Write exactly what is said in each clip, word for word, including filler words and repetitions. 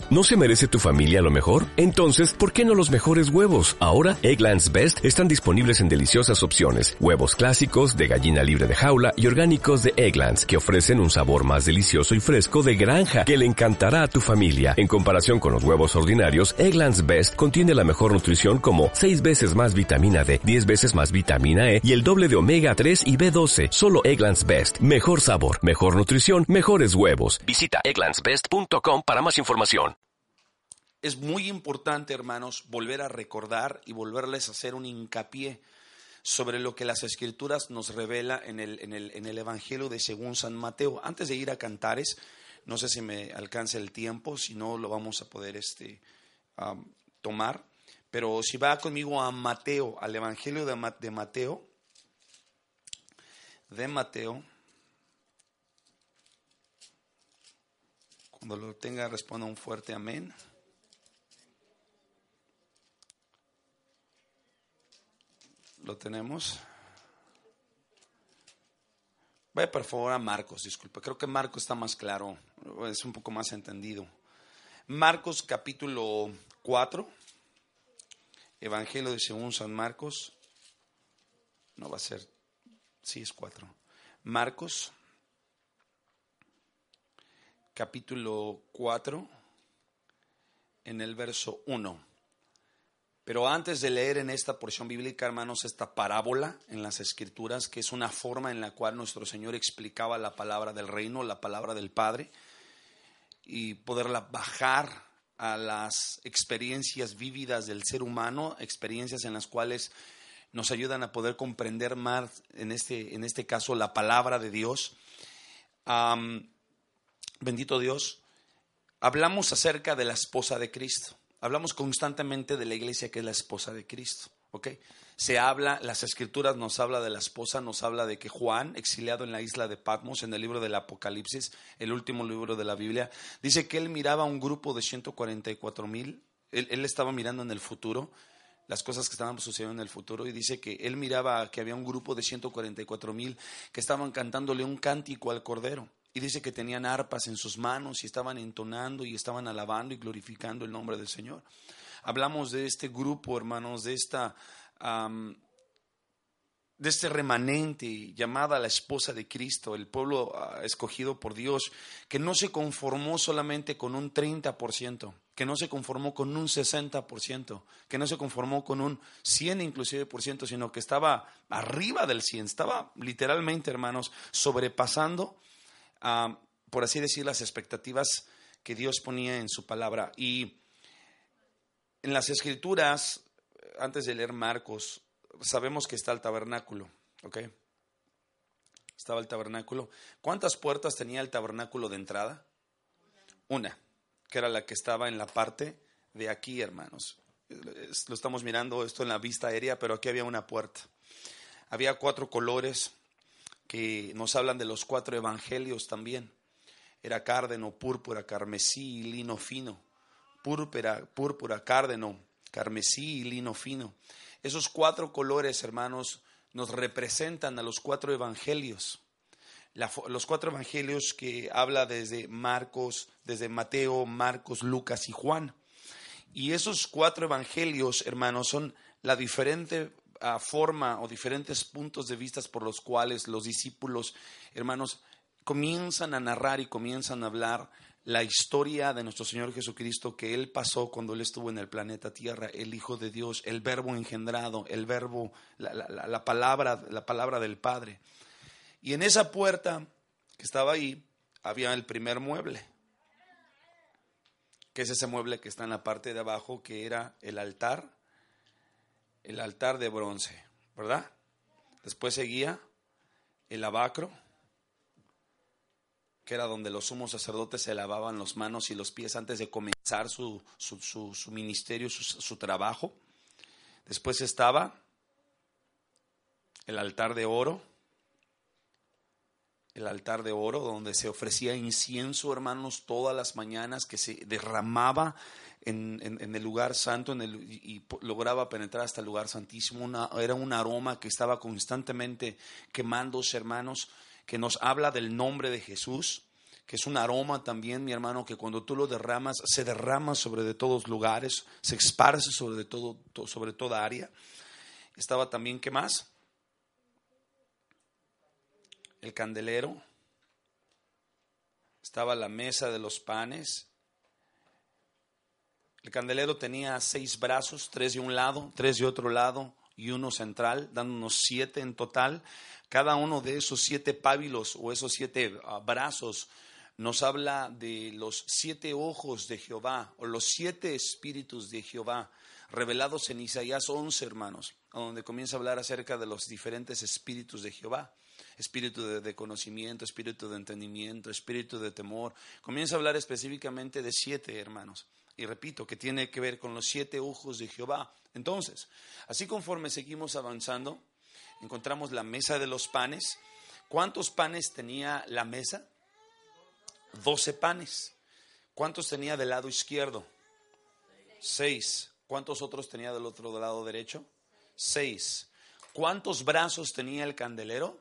¿No se merece tu familia lo mejor? Entonces, ¿por qué no los mejores huevos? Ahora, Eggland's Best están disponibles en deliciosas opciones. Huevos clásicos, de gallina libre de jaula y orgánicos de Eggland's, que ofrecen un sabor más delicioso y fresco de granja que le encantará a tu familia. En comparación con los huevos ordinarios, Eggland's Best contiene la mejor nutrición como seis veces más vitamina D, diez veces más vitamina E y el doble de omega tres y B doce. Solo Eggland's Best. Mejor sabor, mejor nutrición, mejores huevos. Visita egglands best punto com para más información. Es muy importante, hermanos, volver a recordar y volverles a hacer un hincapié sobre lo que las Escrituras nos revela en el, en el, en el Evangelio de según San Mateo. Antes de ir a Cantares, no sé si me alcanza el tiempo, si no lo vamos a poder este, um, tomar. Pero si va conmigo a Mateo, al Evangelio de, Ma- de Mateo, de Mateo, cuando lo tenga responda un fuerte amén. Lo tenemos. Vaya por favor a Marcos, disculpe. Creo que Marcos está más claro, es un poco más entendido. Marcos capítulo cuatro, Evangelio de según San Marcos. No va a ser, sí es cuatro. Marcos capítulo cuatro, en el verso uno. Pero antes de leer en esta porción bíblica, hermanos, esta parábola en las Escrituras, que es una forma en la cual nuestro Señor explicaba la palabra del reino, la palabra del Padre, y poderla bajar a las experiencias vívidas del ser humano, experiencias en las cuales nos ayudan a poder comprender más, en este, en este caso, la palabra de Dios. Um, bendito Dios. Hablamos acerca de la esposa de Cristo. Hablamos constantemente de la iglesia que es la esposa de Cristo, ¿ok? Se habla, las Escrituras nos habla de la esposa, nos habla de que Juan, exiliado en la isla de Patmos, en el libro del Apocalipsis, el último libro de la Biblia, dice que él miraba a un grupo de ciento cuarenta y cuatro mil, él, él estaba mirando en el futuro, las cosas que estaban sucediendo en el futuro, y dice que él miraba que había un grupo de ciento cuarenta y cuatro mil que estaban cantándole un cántico al Cordero. Y dice que tenían arpas en sus manos y estaban entonando y estaban alabando y glorificando el nombre del Señor. Hablamos de este grupo, hermanos, de esta um, de este remanente llamada la esposa de Cristo, el pueblo uh, escogido por Dios, que no se conformó solamente con un treinta por ciento, que no se conformó con un sesenta por ciento, que no se conformó con un cien inclusive por ciento, sino que estaba arriba del cien, estaba literalmente, hermanos, sobrepasando Uh, por así decir, las expectativas que Dios ponía en su palabra. Y en las Escrituras, antes de leer Marcos, sabemos que está el tabernáculo, ¿ok? Estaba el tabernáculo. ¿Cuántas puertas tenía el tabernáculo de entrada? Una, que era la que estaba en la parte de aquí, hermanos. Lo estamos mirando esto en la vista aérea, pero aquí había una puerta. Había cuatro colores que nos hablan de los cuatro evangelios también. Era cárdeno, púrpura, carmesí y lino fino. Púrpura, púrpura, cárdeno, carmesí y lino fino. Esos cuatro colores, hermanos, nos representan a los cuatro evangelios. La, los cuatro evangelios que habla desde Marcos, desde Mateo, Marcos, Lucas y Juan. Y esos cuatro evangelios, hermanos, son la diferente Uh, forma o diferentes puntos de vista por los cuales los discípulos, hermanos, comienzan a narrar y comienzan a hablar la historia de nuestro Señor Jesucristo, que Él pasó cuando Él estuvo en el planeta Tierra, el Hijo de Dios, el Verbo engendrado, el Verbo, la, la, la palabra, la palabra del Padre. Y en esa puerta que estaba ahí había el primer mueble, que es ese mueble que está en la parte de abajo, que era el altar. El altar de bronce, ¿verdad? Después seguía el lavacro, que era donde los sumos sacerdotes se lavaban las manos y los pies antes de comenzar su, su, su, su ministerio, su, su trabajo. Después estaba el altar de oro, el altar de oro donde se ofrecía incienso, hermanos, todas las mañanas, que se derramaba En, en, en el lugar santo en el, y, y lograba penetrar hasta el lugar santísimo. Una, era un aroma que estaba constantemente quemándose, hermanos, que nos habla del nombre de Jesús, que es un aroma también, mi hermano, que cuando tú lo derramas, se derrama sobre de todos lugares, se esparce sobre, de todo, sobre toda área. Estaba también, ¿qué más? El candelero. Estaba la mesa de los panes. El candelero tenía seis brazos, tres de un lado, tres de otro lado y uno central, dándonos siete en total. Cada uno de esos siete pábilos o esos siete uh, brazos nos habla de los siete ojos de Jehová o los siete espíritus de Jehová revelados en Isaías once, hermanos, donde comienza a hablar acerca de los diferentes espíritus de Jehová. Espíritu de, de conocimiento, espíritu de entendimiento, espíritu de temor. Comienza a hablar específicamente de siete, hermanos. Y repito, que tiene que ver con los siete ojos de Jehová. Entonces, así conforme seguimos avanzando, encontramos la mesa de los panes. ¿Cuántos panes tenía la mesa? Doce panes. ¿Cuántos tenía del lado izquierdo? Seis. ¿Cuántos otros tenía del otro lado derecho? Seis. ¿Cuántos brazos tenía el candelero?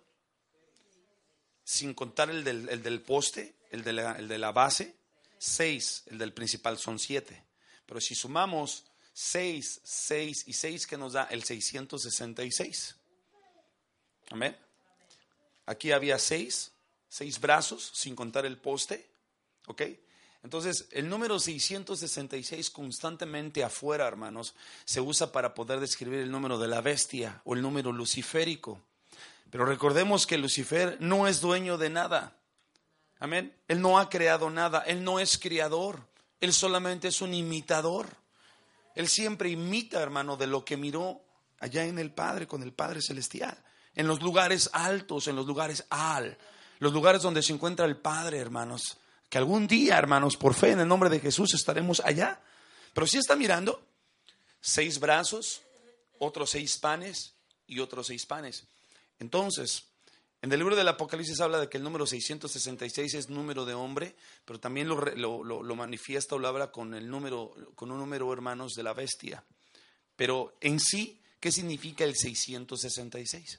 Sin contar el del, el del poste, el de, la, el de la base, seis, el del principal son siete. Pero si sumamos seis, seis y seis, ¿qué nos da? El seiscientos sesenta y seis. Amén. Aquí había seis, seis brazos, sin contar el poste. ¿Ok? Entonces, el número seiscientos sesenta y seis constantemente afuera, hermanos, se usa para poder describir el número de la bestia o el número luciférico. Pero recordemos que Lucifer no es dueño de nada. Amén. Él no ha creado nada. Él no es creador. Él solamente es un imitador. Él siempre imita, hermano, de lo que miró allá en el Padre, con el Padre Celestial. En los lugares altos, en los lugares al. Los lugares donde se encuentra el Padre, hermanos. Que algún día, hermanos, por fe en el nombre de Jesús estaremos allá. Pero si está mirando, seis brazos, otros seis panes y otros seis panes. Entonces, en el libro del Apocalipsis habla de que el número seiscientos sesenta y seis es número de hombre, pero también lo, lo, lo, lo manifiesta o lo habla con el número, con un número, hermanos, de la bestia. Pero en sí, ¿qué significa el seiscientos sesenta y seis?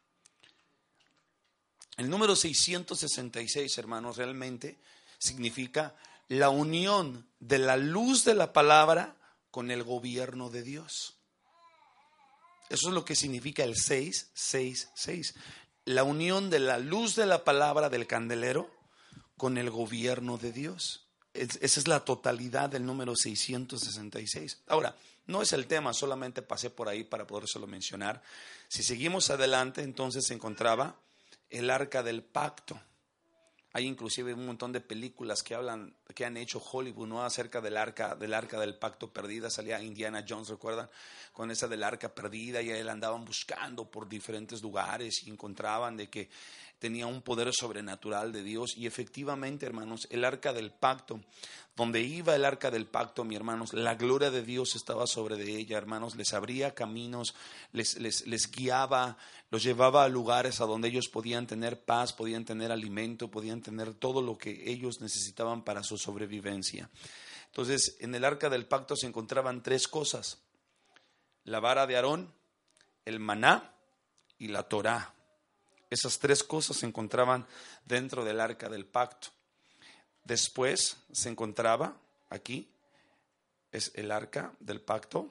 El número seiscientos sesenta y seis, hermanos, realmente significa la unión de la luz de la palabra con el gobierno de Dios. Eso es lo que significa el seis seis seis. La unión de la luz de la palabra del candelero con el gobierno de Dios. Es, esa es la totalidad del número seiscientos sesenta y seis. Ahora, no es el tema, solamente pasé por ahí para podérselo mencionar. Si seguimos adelante, entonces se encontraba el arca del pacto. Hay inclusive un montón de películas que hablan, que han hecho Hollywood, ¿no? Acerca del arca, del arca del pacto perdida. Salía Indiana Jones, ¿recuerdan? Con esa del arca perdida, y él andaban buscando por diferentes lugares y encontraban de que tenía un poder sobrenatural de Dios. Y efectivamente, hermanos, el arca del pacto, donde iba el arca del pacto, mi hermanos, la gloria de Dios estaba sobre de ella, hermanos. Les abría caminos, les, les, les guiaba, los llevaba a lugares a donde ellos podían tener paz, podían tener alimento, podían tener todo lo que ellos necesitaban para su sobrevivencia. Entonces, en el arca del pacto se encontraban tres cosas: la vara de Aarón, el maná y la Torá. Esas tres cosas se encontraban dentro del arca del pacto. Después se encontraba, aquí es el arca del pacto,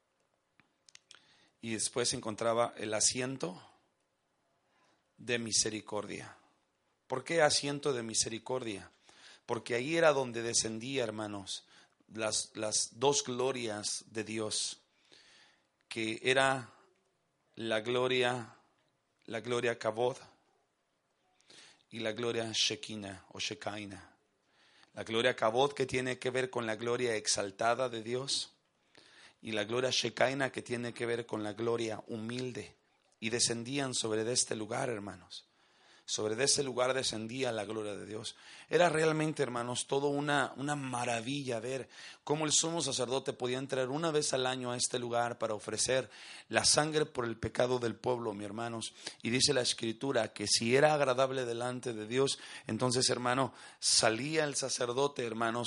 y después se encontraba el asiento de misericordia. ¿Por qué asiento de misericordia? Porque ahí era donde descendía, hermanos, las, las dos glorias de Dios, que era la gloria, la gloria Kabod y la gloria Shekinah o Shekinah. La gloria Kabod, que tiene que ver con la gloria exaltada de Dios, y la gloria Shekinah, que tiene que ver con la gloria humilde. Y descendían sobre de este lugar, hermanos. Sobre de ese lugar descendía la gloria de Dios. Era realmente, hermanos, todo una, una maravilla ver cómo el sumo sacerdote podía entrar una vez al año a este lugar para ofrecer la sangre por el pecado del pueblo, mi hermanos. Y dice la Escritura que si era agradable delante de Dios, entonces, hermano, salía el sacerdote, hermanos,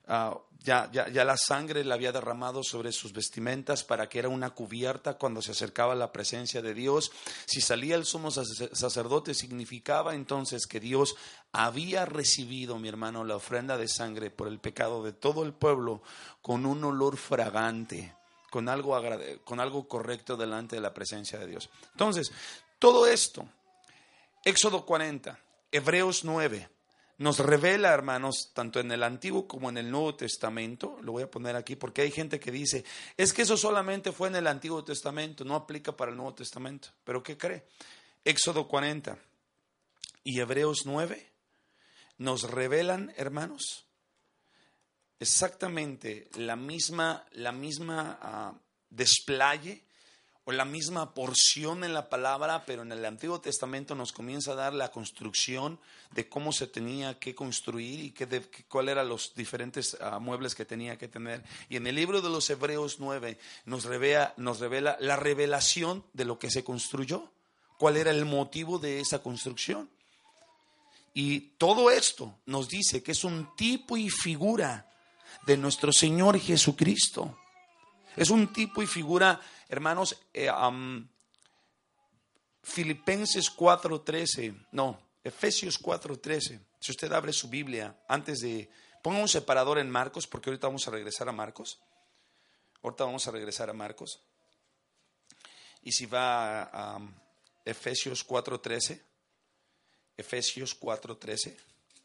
Uh, ya, ya, ya la sangre la había derramado sobre sus vestimentas para que era una cubierta cuando se acercaba a la presencia de Dios. Si salía el sumo sacerdote, significaba entonces que Dios había recibido, mi hermano, la ofrenda de sangre por el pecado de todo el pueblo con un olor fragante, con algo, agrade- con algo correcto delante de la presencia de Dios. Entonces, todo esto, Éxodo cuarenta, Hebreos nueve, nos revela, hermanos, tanto en el Antiguo como en el Nuevo Testamento. Lo voy a poner aquí porque hay gente que dice, es que eso solamente fue en el Antiguo Testamento, no aplica para el Nuevo Testamento. ¿Pero qué cree? Éxodo cuarenta y Hebreos nueve nos revelan, hermanos, exactamente la misma, la misma uh, desplaye o la misma porción en la palabra, pero en el Antiguo Testamento nos comienza a dar la construcción de cómo se tenía que construir y qué de, cuáles eran los diferentes uh, muebles que tenía que tener. Y en el libro de los Hebreos nueve nos revela, nos revela la revelación de lo que se construyó, cuál era el motivo de esa construcción. Y todo esto nos dice que es un tipo y figura de nuestro Señor Jesucristo. Es un tipo y figura, hermanos, eh, um, Filipenses cuatro trece, no, Efesios cuatro trece. Si usted abre su Biblia, antes de, ponga un separador en Marcos, porque ahorita vamos a regresar a Marcos. Ahorita vamos a regresar a Marcos. Y si va a um, Efesios cuatro trece, Efesios cuatro trece.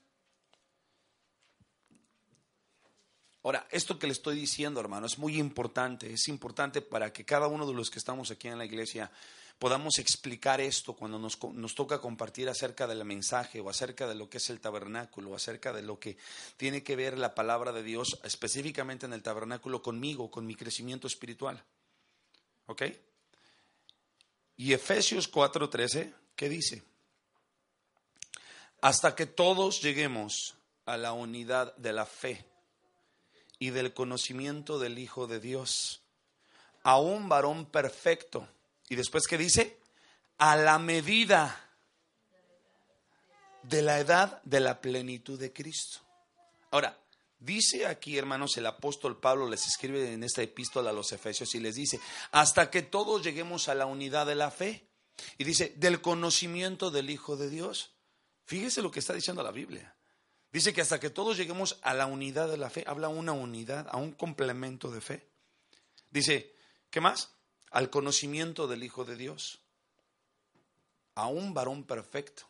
Ahora, esto que le estoy diciendo, hermano, es muy importante. Es importante para que cada uno de los que estamos aquí en la iglesia podamos explicar esto cuando nos, nos toca compartir acerca del mensaje o acerca de lo que es el tabernáculo, acerca de lo que tiene que ver la palabra de Dios específicamente en el tabernáculo conmigo, con mi crecimiento espiritual. ¿Ok? Y Efesios cuatro trece, ¿qué dice? Hasta que todos lleguemos a la unidad de la fe y del conocimiento del Hijo de Dios, a un varón perfecto. Y después, ¿qué dice? A la medida de la edad de la plenitud de Cristo. Ahora, dice aquí, hermanos, el apóstol Pablo les escribe en esta epístola a los Efesios y les dice, hasta que todos lleguemos a la unidad de la fe. Y dice, del conocimiento del Hijo de Dios. Fíjese lo que está diciendo la Biblia. Dice que hasta que todos lleguemos a la unidad de la fe, habla una unidad, a un complemento de fe. Dice, ¿qué más? Al conocimiento del Hijo de Dios, a un varón perfecto.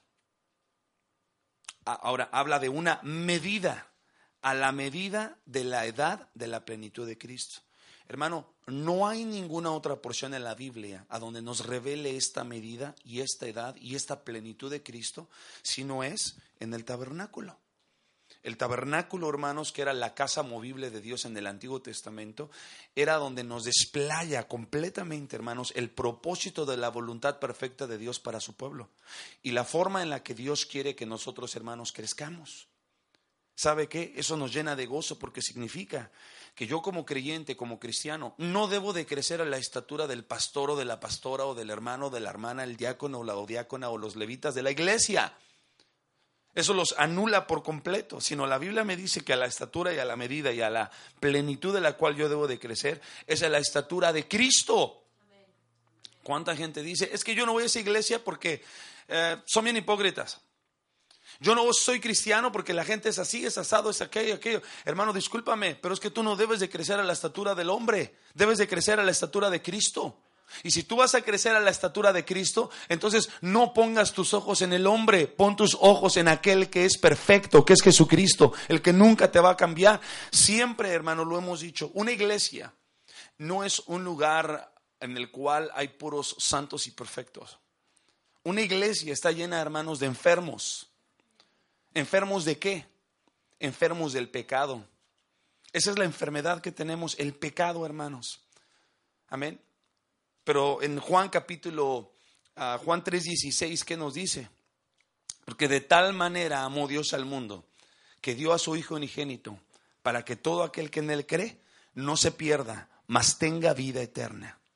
Ahora habla de una medida, a la medida de la edad de la plenitud de Cristo. Hermano, no hay ninguna otra porción en la Biblia a donde nos revele esta medida y esta edad y esta plenitud de Cristo, si no es en el tabernáculo. El tabernáculo, hermanos, que era la casa movible de Dios en el Antiguo Testamento, era donde nos desplaya completamente, hermanos, el propósito de la voluntad perfecta de Dios para su pueblo y la forma en la que Dios quiere que nosotros, hermanos, crezcamos. ¿Sabe qué? Eso nos llena de gozo porque significa que yo como creyente, como cristiano, no debo de crecer a la estatura del pastor o de la pastora o del hermano o de la hermana, el diácono o la diácona o los levitas de la iglesia. Eso los anula por completo, sino la Biblia me dice que a la estatura y a la medida y a la plenitud de la cual yo debo de crecer es a la estatura de Cristo. ¿Cuánta gente dice? Es que yo no voy a esa iglesia porque eh, son bien hipócritas. Yo no soy cristiano porque la gente es así, es asado, es aquello, aquello. Hermano, discúlpame, pero es que tú no debes de crecer a la estatura del hombre, debes de crecer a la estatura de Cristo. Y si tú vas a crecer a la estatura de Cristo, entonces no pongas tus ojos en el hombre, pon tus ojos en aquel que es perfecto, que es Jesucristo, el que nunca te va a cambiar. Siempre, hermano, lo hemos dicho, una iglesia no es un lugar en el cual hay puros santos y perfectos. Una iglesia está llena, hermanos, de enfermos. ¿Enfermos de qué? Enfermos del pecado. Esa es la enfermedad que tenemos, el pecado, hermanos. Amén. Pero en Juan capítulo, uh, Juan tres dieciséis, ¿qué nos dice? Porque de tal manera amó Dios al mundo, que dio a su Hijo unigénito, para que todo aquel que en él cree no se pierda, mas tenga vida eterna.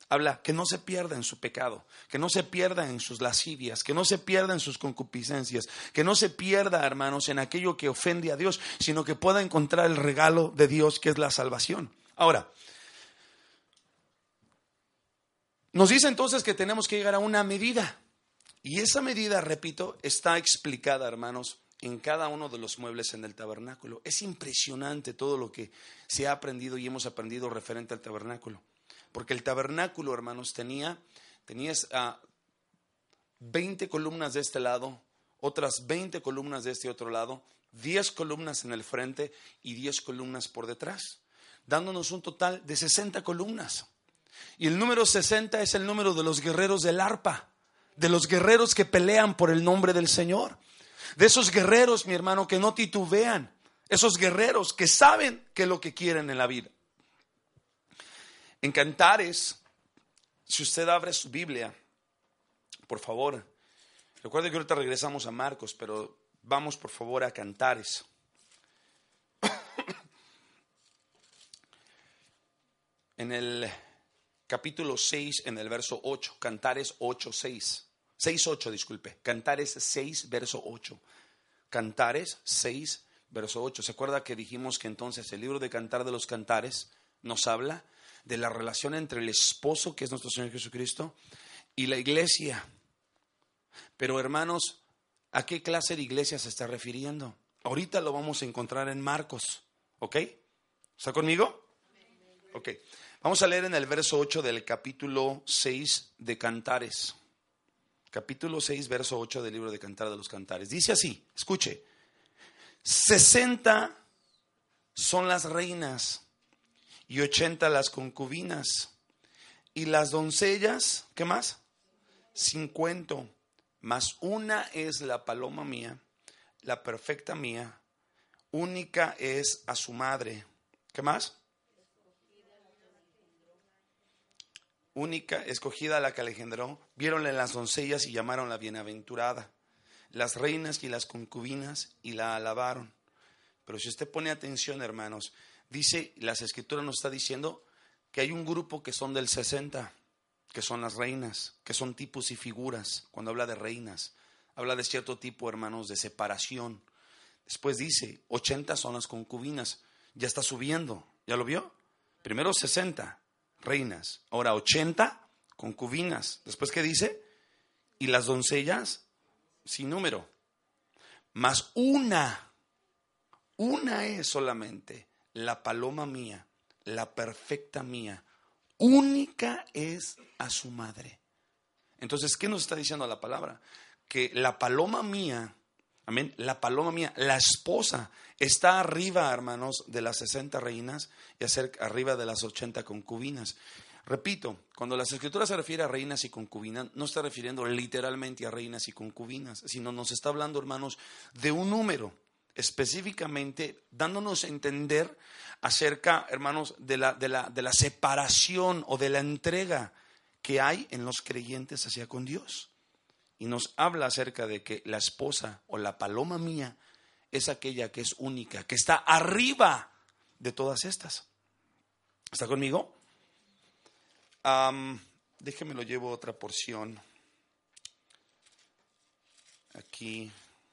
Habla que no se pierda en su pecado, que no se pierda en sus lascivias, que no se pierda en sus concupiscencias, que no se pierda, hermanos, en aquello que ofende a Dios, sino que pueda encontrar el regalo de Dios, que es la salvación. Ahora, nos dice entonces que tenemos que llegar a una medida. Y esa medida, repito, está explicada, hermanos, en cada uno de los muebles en el tabernáculo. Es impresionante todo lo que se ha aprendido y hemos aprendido referente al tabernáculo. Porque el tabernáculo, hermanos, tenía, tenía uh, veinte columnas de este lado, otras veinte columnas de este otro lado, diez columnas en el frente y diez columnas por detrás, dándonos un total de sesenta columnas. Y el número sesenta es el número de los guerreros del arpa, de los guerreros que pelean por el nombre del Señor, de esos guerreros, mi hermano, que no titubean, esos guerreros que saben qué es lo que quieren en la vida. En Cantares, si usted abre su Biblia, por favor, recuerde que ahorita regresamos a Marcos, pero vamos por favor a Cantares. En el capítulo seis, en el verso ocho, Cantares ocho, seis. seis, ocho, disculpe. Cantares seis, verso ocho. Cantares seis, verso ocho. ¿Se acuerda que dijimos que entonces el libro de Cantar de los Cantares nos habla de la relación entre el esposo, que es nuestro Señor Jesucristo, y la iglesia? Pero hermanos, ¿a qué clase de iglesia se está refiriendo? Ahorita lo vamos a encontrar en Marcos, ¿ok? ¿Está conmigo? Ok. Vamos a leer en el verso ocho del capítulo seis de Cantares. Capítulo seis, verso ocho del libro de Cantar de los Cantares. Dice así, escuche: sesenta son las reinas y ochenta las concubinas, y las doncellas, ¿qué más? cincuenta, mas una es la paloma mía, la perfecta mía, única es a su madre. ¿Qué más? Única, escogida la que le engendró. Viéronle las doncellas y llamaron la bienaventurada, las reinas y las concubinas, y la alabaron. Pero si usted pone atención, hermanos, dice, las escrituras nos está diciendo que hay un grupo que son del sesenta, que son las reinas, que son tipos y figuras. Cuando habla de reinas, habla de cierto tipo, hermanos, de separación. Después dice, ochenta son las concubinas. Ya está subiendo, ¿ya lo vio? Primero sesenta reinas, ahora ochenta concubinas. Después, ¿qué dice? Y las doncellas sin número. Mas una, una es solamente la paloma mía, la perfecta mía, única es a su madre. Entonces, ¿qué nos está diciendo la palabra? Que la paloma mía, amén, la paloma mía, la esposa, está arriba, hermanos, de las sesenta reinas y acerca, arriba de las ochenta concubinas. Repito, cuando las escrituras se refiere a reinas y concubinas, no está refiriendo literalmente a reinas y concubinas, sino nos está hablando, hermanos, de un número, específicamente dándonos a entender acerca, hermanos, de la, de la, de la separación o de la entrega que hay en los creyentes hacia con Dios. Y nos habla acerca de que la esposa o la paloma mía es aquella que es única, que está arriba de todas estas. ¿Está conmigo? Um, déjeme lo llevo otra porción. Aquí.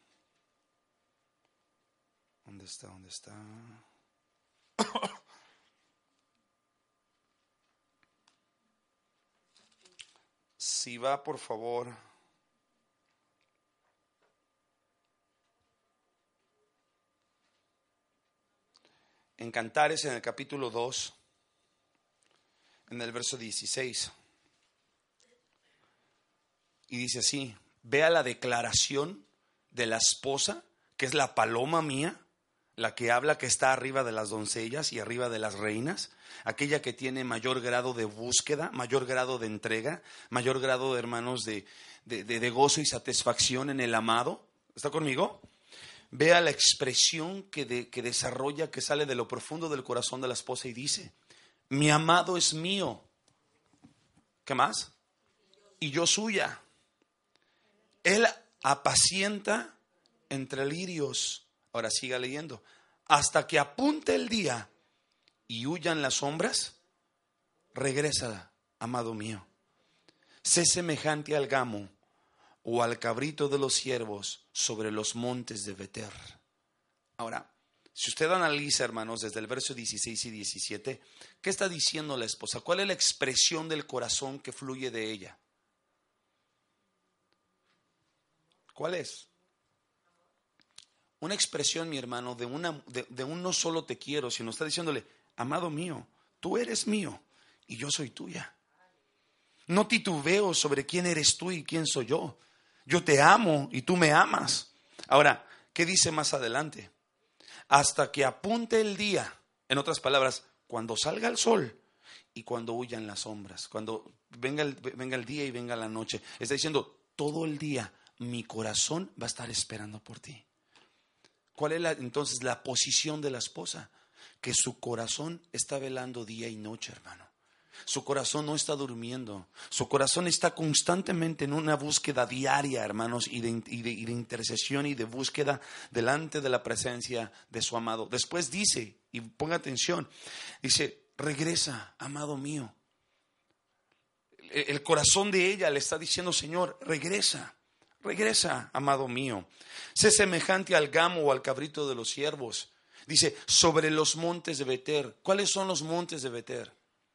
¿Dónde está? ¿Dónde está? Si va, por favor. En Cantares, en el capítulo dos, en el verso dieciséis. Y dice así: vea la declaración de la esposa, que es la paloma mía, la que habla que está arriba de las doncellas y arriba de las reinas, aquella que tiene mayor grado de búsqueda, mayor grado de entrega, mayor grado de, hermanos, de, de, de, de gozo y satisfacción en el amado. ¿Está conmigo? Vea la expresión que, de, que desarrolla, que sale de lo profundo del corazón de la esposa y dice: mi amado es mío. ¿Qué más? Y yo suya. Él apacienta entre lirios. Ahora siga leyendo. Hasta que apunte el día y huyan las sombras, regresa amado mío, sé semejante al gamo o al cabrito de los ciervos sobre los montes de Beter. Ahora, si usted analiza, hermanos, desde el verso dieciséis y diecisiete, ¿qué está diciendo la esposa? ¿Cuál es la expresión del corazón que fluye de ella? ¿Cuál es? Una expresión, mi hermano, de, una, de, de un no solo te quiero, sino está diciéndole, amado mío, tú eres mío y yo soy tuya. No titubeo sobre quién eres tú y quién soy yo. Yo te amo y tú me amas. Ahora, ¿qué dice más adelante? Hasta que apunte el día. En otras palabras, cuando salga el sol y cuando huyan las sombras. Cuando venga el, venga el día y venga la noche. Está diciendo, todo el día mi corazón va a estar esperando por ti. ¿Cuál es la, entonces la posición de la esposa? Que su corazón está velando día y noche, hermano. Su corazón no está durmiendo. Su corazón está constantemente en una búsqueda diaria, hermanos, y de, y, de, y de intercesión y de búsqueda delante de la presencia de su amado. Después dice, y ponga atención, dice, regresa, amado mío. El, el corazón de ella le está diciendo, Señor, regresa. Regresa, amado mío. Sé semejante al gamo o al cabrito de los ciervos. Dice, sobre los montes de Beter. ¿Cuáles son los montes de Beter?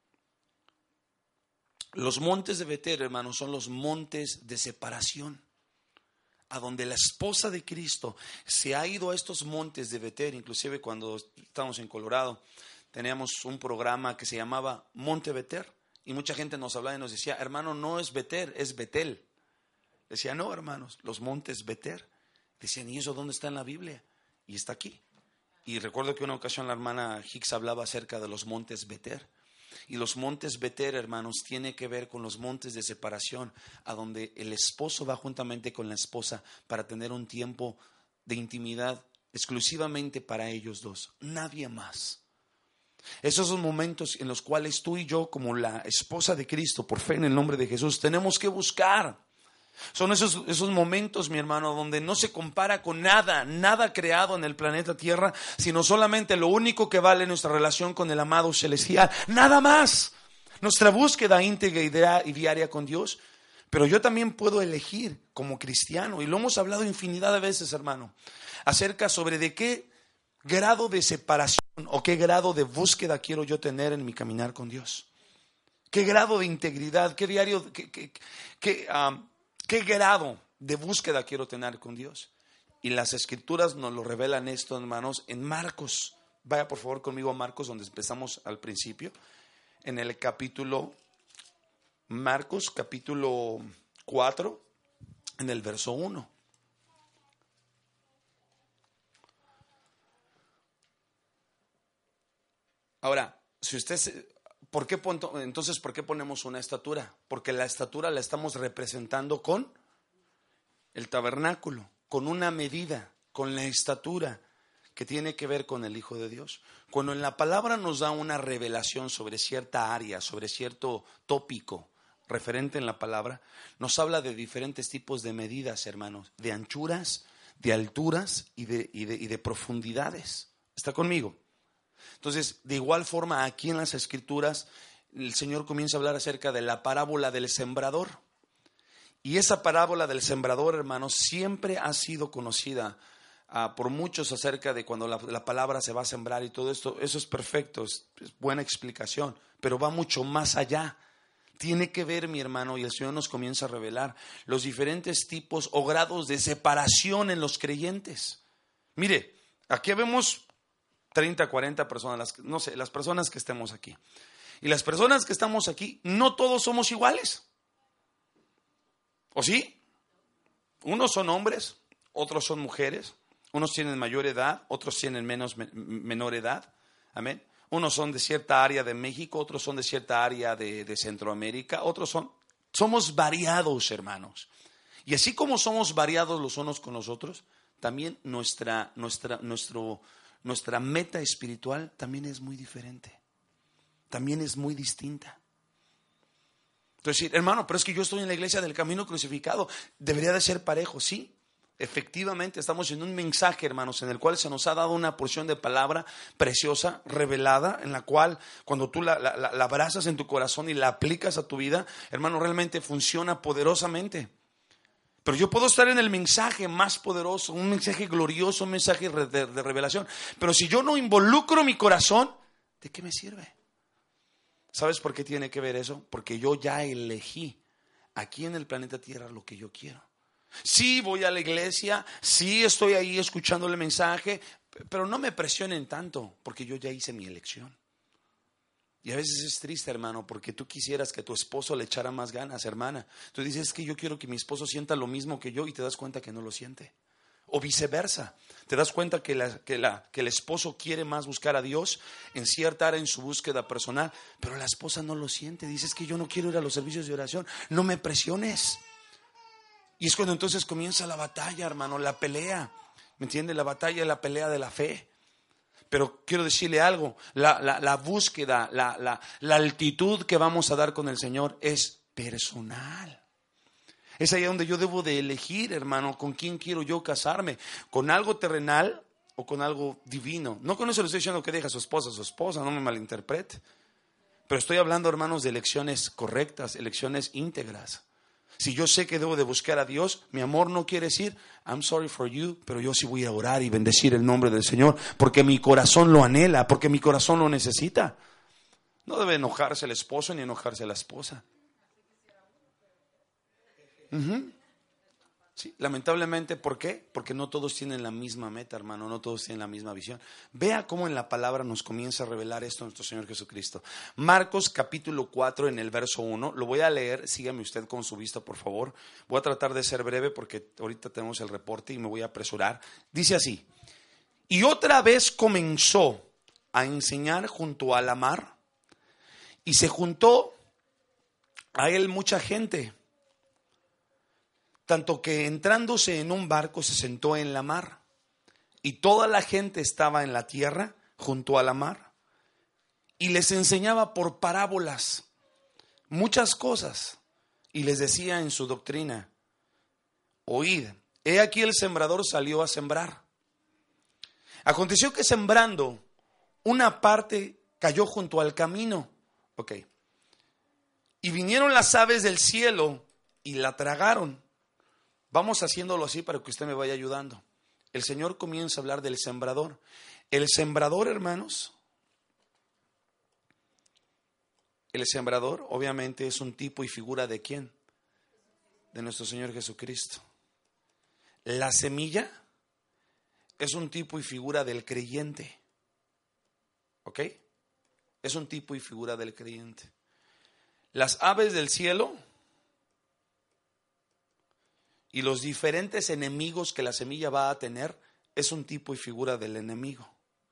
Los montes de Beter, hermanos, son los montes de separación. A donde la esposa de Cristo se ha ido a estos montes de Beter. Inclusive cuando estábamos en Colorado, teníamos un programa que se llamaba Monte Beter. Y mucha gente nos hablaba y nos decía, hermano, no es Beter, es Betel. Decía, no, hermanos, los montes Beter. Decían, ¿y eso dónde está en la Biblia? Y está aquí. Y recuerdo que una ocasión la hermana Hicks hablaba acerca de los montes Beter. Y los montes Beter, hermanos, tiene que ver con los montes de separación, a donde el esposo va juntamente con la esposa para tener un tiempo de intimidad exclusivamente para ellos dos, nadie más. Esos son momentos en los cuales tú y yo, como la esposa de Cristo, por fe en el nombre de Jesús, tenemos que buscar. Son esos, esos momentos, mi hermano, donde no se compara con nada, nada creado en el planeta Tierra, sino solamente lo único que vale nuestra relación con el amado celestial, nada más. Nuestra búsqueda íntegra y diaria con Dios. Pero yo también puedo elegir como cristiano, y lo hemos hablado infinidad de veces, hermano, acerca sobre de qué grado de separación o qué grado de búsqueda quiero yo tener en mi caminar con Dios. Qué grado de integridad, qué diario, qué, qué, qué um, ¿Qué grado de búsqueda quiero tener con Dios? Y las escrituras nos lo revelan esto, hermanos, en Marcos. Vaya por favor conmigo a Marcos, donde empezamos al principio. En el capítulo, Marcos capítulo cuatro, en el verso uno. Ahora, si usted se... ¿Por qué, entonces, ¿por qué ponemos una estatura? Porque la estatura la estamos representando con el tabernáculo, con una medida, con la estatura que tiene que ver con el Hijo de Dios. Cuando en la palabra nos da una revelación sobre cierta área, sobre cierto tópico referente en la palabra, nos habla de diferentes tipos de medidas, hermanos, de anchuras, de alturas y de, y de, y de profundidades. ¿Está conmigo? Entonces, de igual forma, aquí en las Escrituras, el Señor comienza a hablar acerca de la parábola del sembrador. Y esa parábola del sembrador, hermanos, siempre ha sido conocida uh, por muchos acerca de cuando la, la palabra se va a sembrar y todo esto. Eso es perfecto, es, es buena explicación, pero va mucho más allá. Tiene que ver, mi hermano, y el Señor nos comienza a revelar los diferentes tipos o grados de separación en los creyentes. Mire, aquí vemos treinta, cuarenta personas, las, no sé, las personas que estemos aquí. Y las personas que estamos aquí, no todos somos iguales. ¿O sí? Unos son hombres, otros son mujeres, unos tienen mayor edad, otros tienen menos, menor edad. Amén. Unos son de cierta área de México, otros son de cierta área de, de Centroamérica, otros son... Somos variados, hermanos. Y así como somos variados los unos con los otros, también nuestra, nuestra, nuestro... Nuestra meta espiritual también es muy diferente. También es muy distinta. Entonces, hermano, pero es que yo estoy en la iglesia del camino crucificado. Debería de ser parejo, sí. Efectivamente, estamos en un mensaje, hermanos, en el cual se nos ha dado una porción de palabra preciosa, revelada, en la cual cuando tú la, la, la abrazas en tu corazón y la aplicas a tu vida, hermano, realmente funciona poderosamente. Pero yo puedo estar en el mensaje más poderoso, un mensaje glorioso, un mensaje de, de revelación. Pero si yo no involucro mi corazón, ¿de qué me sirve? ¿Sabes por qué tiene que ver eso? Porque yo ya elegí aquí en el planeta Tierra lo que yo quiero. Sí, voy a la iglesia, sí estoy ahí escuchando el mensaje, pero no me presionen tanto, porque yo ya hice mi elección. Y a veces es triste, hermano, porque tú quisieras que tu esposo le echara más ganas, hermana. Tú dices, es que yo quiero que mi esposo sienta lo mismo que yo, y te das cuenta que no lo siente. O viceversa, te das cuenta que, la, que, la, que el esposo quiere más buscar a Dios en cierta área en su búsqueda personal, pero la esposa no lo siente. Dices que yo no quiero ir a los servicios de oración, no me presiones. Y es cuando entonces comienza la batalla, hermano, la pelea. ¿Me entiendes? La batalla es la pelea de la fe. Pero quiero decirle algo, la, la, la búsqueda, la, la, la altitud que vamos a dar con el Señor es personal. Es ahí donde yo debo de elegir, hermano, con quién quiero yo casarme, con algo terrenal o con algo divino. No con eso le estoy diciendo que deje a su esposa a su esposa, no me malinterprete. Pero estoy hablando, hermanos, de elecciones correctas, elecciones íntegras. Si yo sé que debo de buscar a Dios, mi amor no quiere decir I'm sorry for you, pero yo sí voy a orar y bendecir el nombre del Señor, porque mi corazón lo anhela, porque mi corazón lo necesita. No debe enojarse el esposo ni enojarse la esposa. Uh-huh. Sí, lamentablemente, ¿por qué? Porque no todos tienen la misma meta, hermano, no todos tienen la misma visión. Vea cómo en la palabra nos comienza a revelar esto nuestro Señor Jesucristo. Marcos capítulo cuatro en el verso uno, lo voy a leer, sígame usted con su vista, por favor. Voy a tratar de ser breve porque ahorita tenemos el reporte y me voy a apresurar. Dice así: y otra vez comenzó a enseñar junto a la mar, y se juntó a él mucha gente, tanto que entrándose en un barco se sentó en la mar, y toda la gente estaba en la tierra junto a la mar, y les enseñaba por parábolas muchas cosas, y les decía en su doctrina: oíd, he aquí el sembrador salió a sembrar. Aconteció que sembrando, una parte cayó junto al camino. Ok. Y vinieron las aves del cielo y la tragaron. Vamos haciéndolo así para que usted me vaya ayudando. El Señor comienza a hablar del sembrador. El sembrador, hermanos, el sembrador obviamente es un tipo y figura ¿de quién? De nuestro Señor Jesucristo. La semilla es un tipo y figura del creyente. ¿Ok? Es un tipo y figura del creyente. Las aves del cielo y los diferentes enemigos que la semilla va a tener es un tipo y figura del enemigo.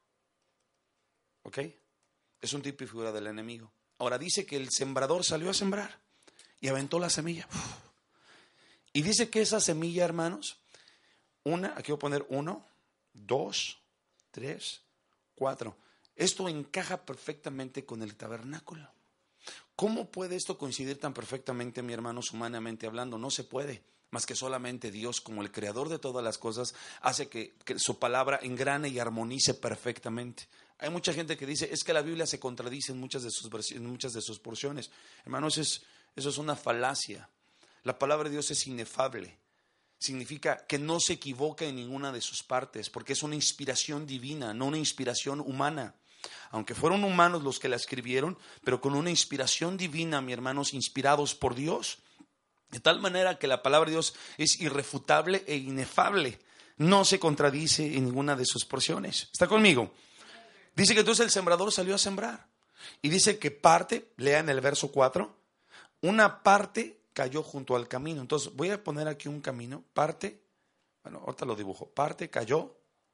¿Ok? Es un tipo y figura del enemigo. Ahora dice que el sembrador salió a sembrar y aventó la semilla. Y dice que esa semilla, hermanos, una, aquí voy a poner uno, dos, tres, cuatro. Esto encaja perfectamente con el tabernáculo. ¿Cómo puede esto coincidir tan perfectamente, mi hermanos, humanamente hablando? No se puede. Más que solamente Dios, como el creador de todas las cosas, hace que, que su palabra engrane y armonice perfectamente. Hay mucha gente que dice, es que la Biblia se contradice en muchas de sus, en muchas de sus porciones. Hermanos, es, eso es una falacia. La palabra de Dios es inefable. Significa que no se equivoca en ninguna de sus partes, porque es una inspiración divina, no una inspiración humana. Aunque fueron humanos los que la escribieron, pero con una inspiración divina, mis hermanos, inspirados por Dios. De tal manera que la palabra de Dios es irrefutable e inefable. No se contradice en ninguna de sus porciones. ¿Está conmigo? Dice que entonces el sembrador salió a sembrar. Y dice que parte, lea en el verso cuatro, una parte cayó junto al camino. Entonces voy a poner aquí un camino. Parte, bueno, ahorita lo dibujo. Parte cayó.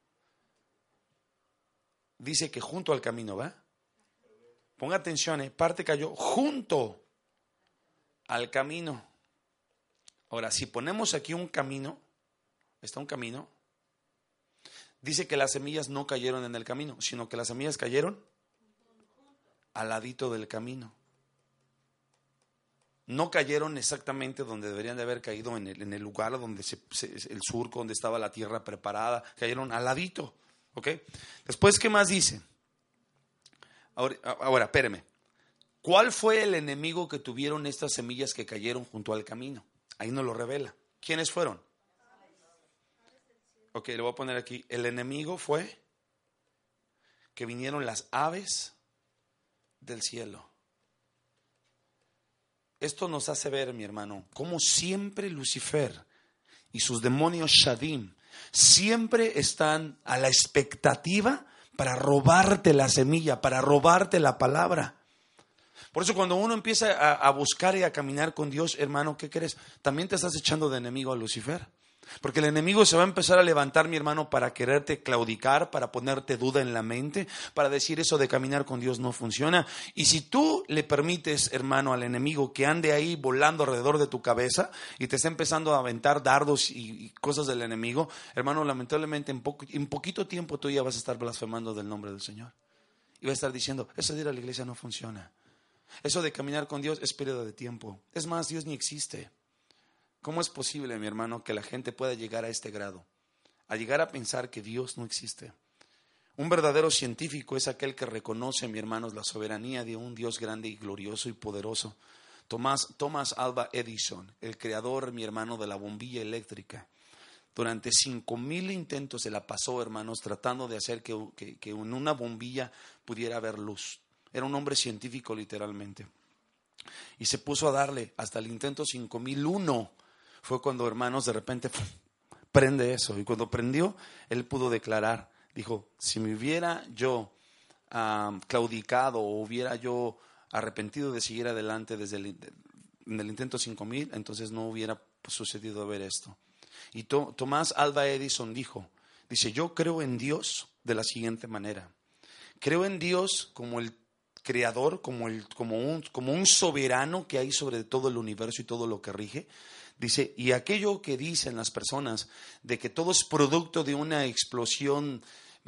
Dice que junto al camino, ¿va? Ponga atención, ¿eh? Parte cayó junto al camino. Ahora, si ponemos aquí un camino, está un camino, dice que las semillas no cayeron en el camino, sino que las semillas cayeron al ladito del camino. no cayeron exactamente donde deberían de haber caído, en el, en el lugar donde se, se, el surco, donde estaba la tierra preparada, cayeron al ladito, ¿ok? Después, ¿qué más dice? Ahora, ahora, espérame. ¿Cuál fue el enemigo que tuvieron estas semillas que cayeron junto al camino? Ahí nos lo revela. ¿Quiénes fueron? Ok, le voy a poner aquí. El enemigo fue que vinieron las aves del cielo. Esto nos hace ver, mi hermano, cómo siempre Lucifer y sus demonios Shadim siempre están a la expectativa para robarte la semilla, para robarte la palabra. Por eso cuando uno empieza a, a buscar y a caminar con Dios, hermano, ¿qué crees? También te estás echando de enemigo a Lucifer. Porque el enemigo se va a empezar a levantar, mi hermano, para quererte claudicar, para ponerte duda en la mente, para decir eso de caminar con Dios no funciona. Y si tú le permites, hermano, al enemigo que ande ahí volando alrededor de tu cabeza y te está empezando a aventar dardos y, y cosas del enemigo, hermano, lamentablemente en, po- en poquito tiempo tú ya vas a estar blasfemando del nombre del Señor. Y vas a estar diciendo, eso de ir a la iglesia no funciona. Eso de caminar con Dios es pérdida de tiempo. Es más, Dios ni existe. ¿Cómo es posible, mi hermano, que la gente pueda llegar a este grado? A llegar a pensar que Dios no existe. Un verdadero científico es aquel que reconoce, mi hermanos, la soberanía de un Dios grande y glorioso y poderoso. Tomás, Thomas Alva Edison, el creador, mi hermano, de la bombilla eléctrica. Durante cinco mil intentos se la pasó, hermanos, tratando de hacer que, que, que en una bombilla pudiera haber luz. Era un hombre científico, literalmente. Y se puso a darle hasta el intento cinco mil uno. Fue cuando, hermanos, de repente ¡pum!, prende eso. Y cuando prendió, él pudo declarar, dijo, si me hubiera yo uh, claudicado o hubiera yo arrepentido de seguir adelante desde el, en el intento cinco mil, entonces no hubiera sucedido ver esto. Y to, Tomás Alva Edison dijo, dice, yo creo en Dios de la siguiente manera. Creo en Dios como el creador, como, el, como, un, como un soberano que hay sobre todo el universo y todo lo que rige. Dice, y aquello que dicen las personas de que todo es producto de una explosión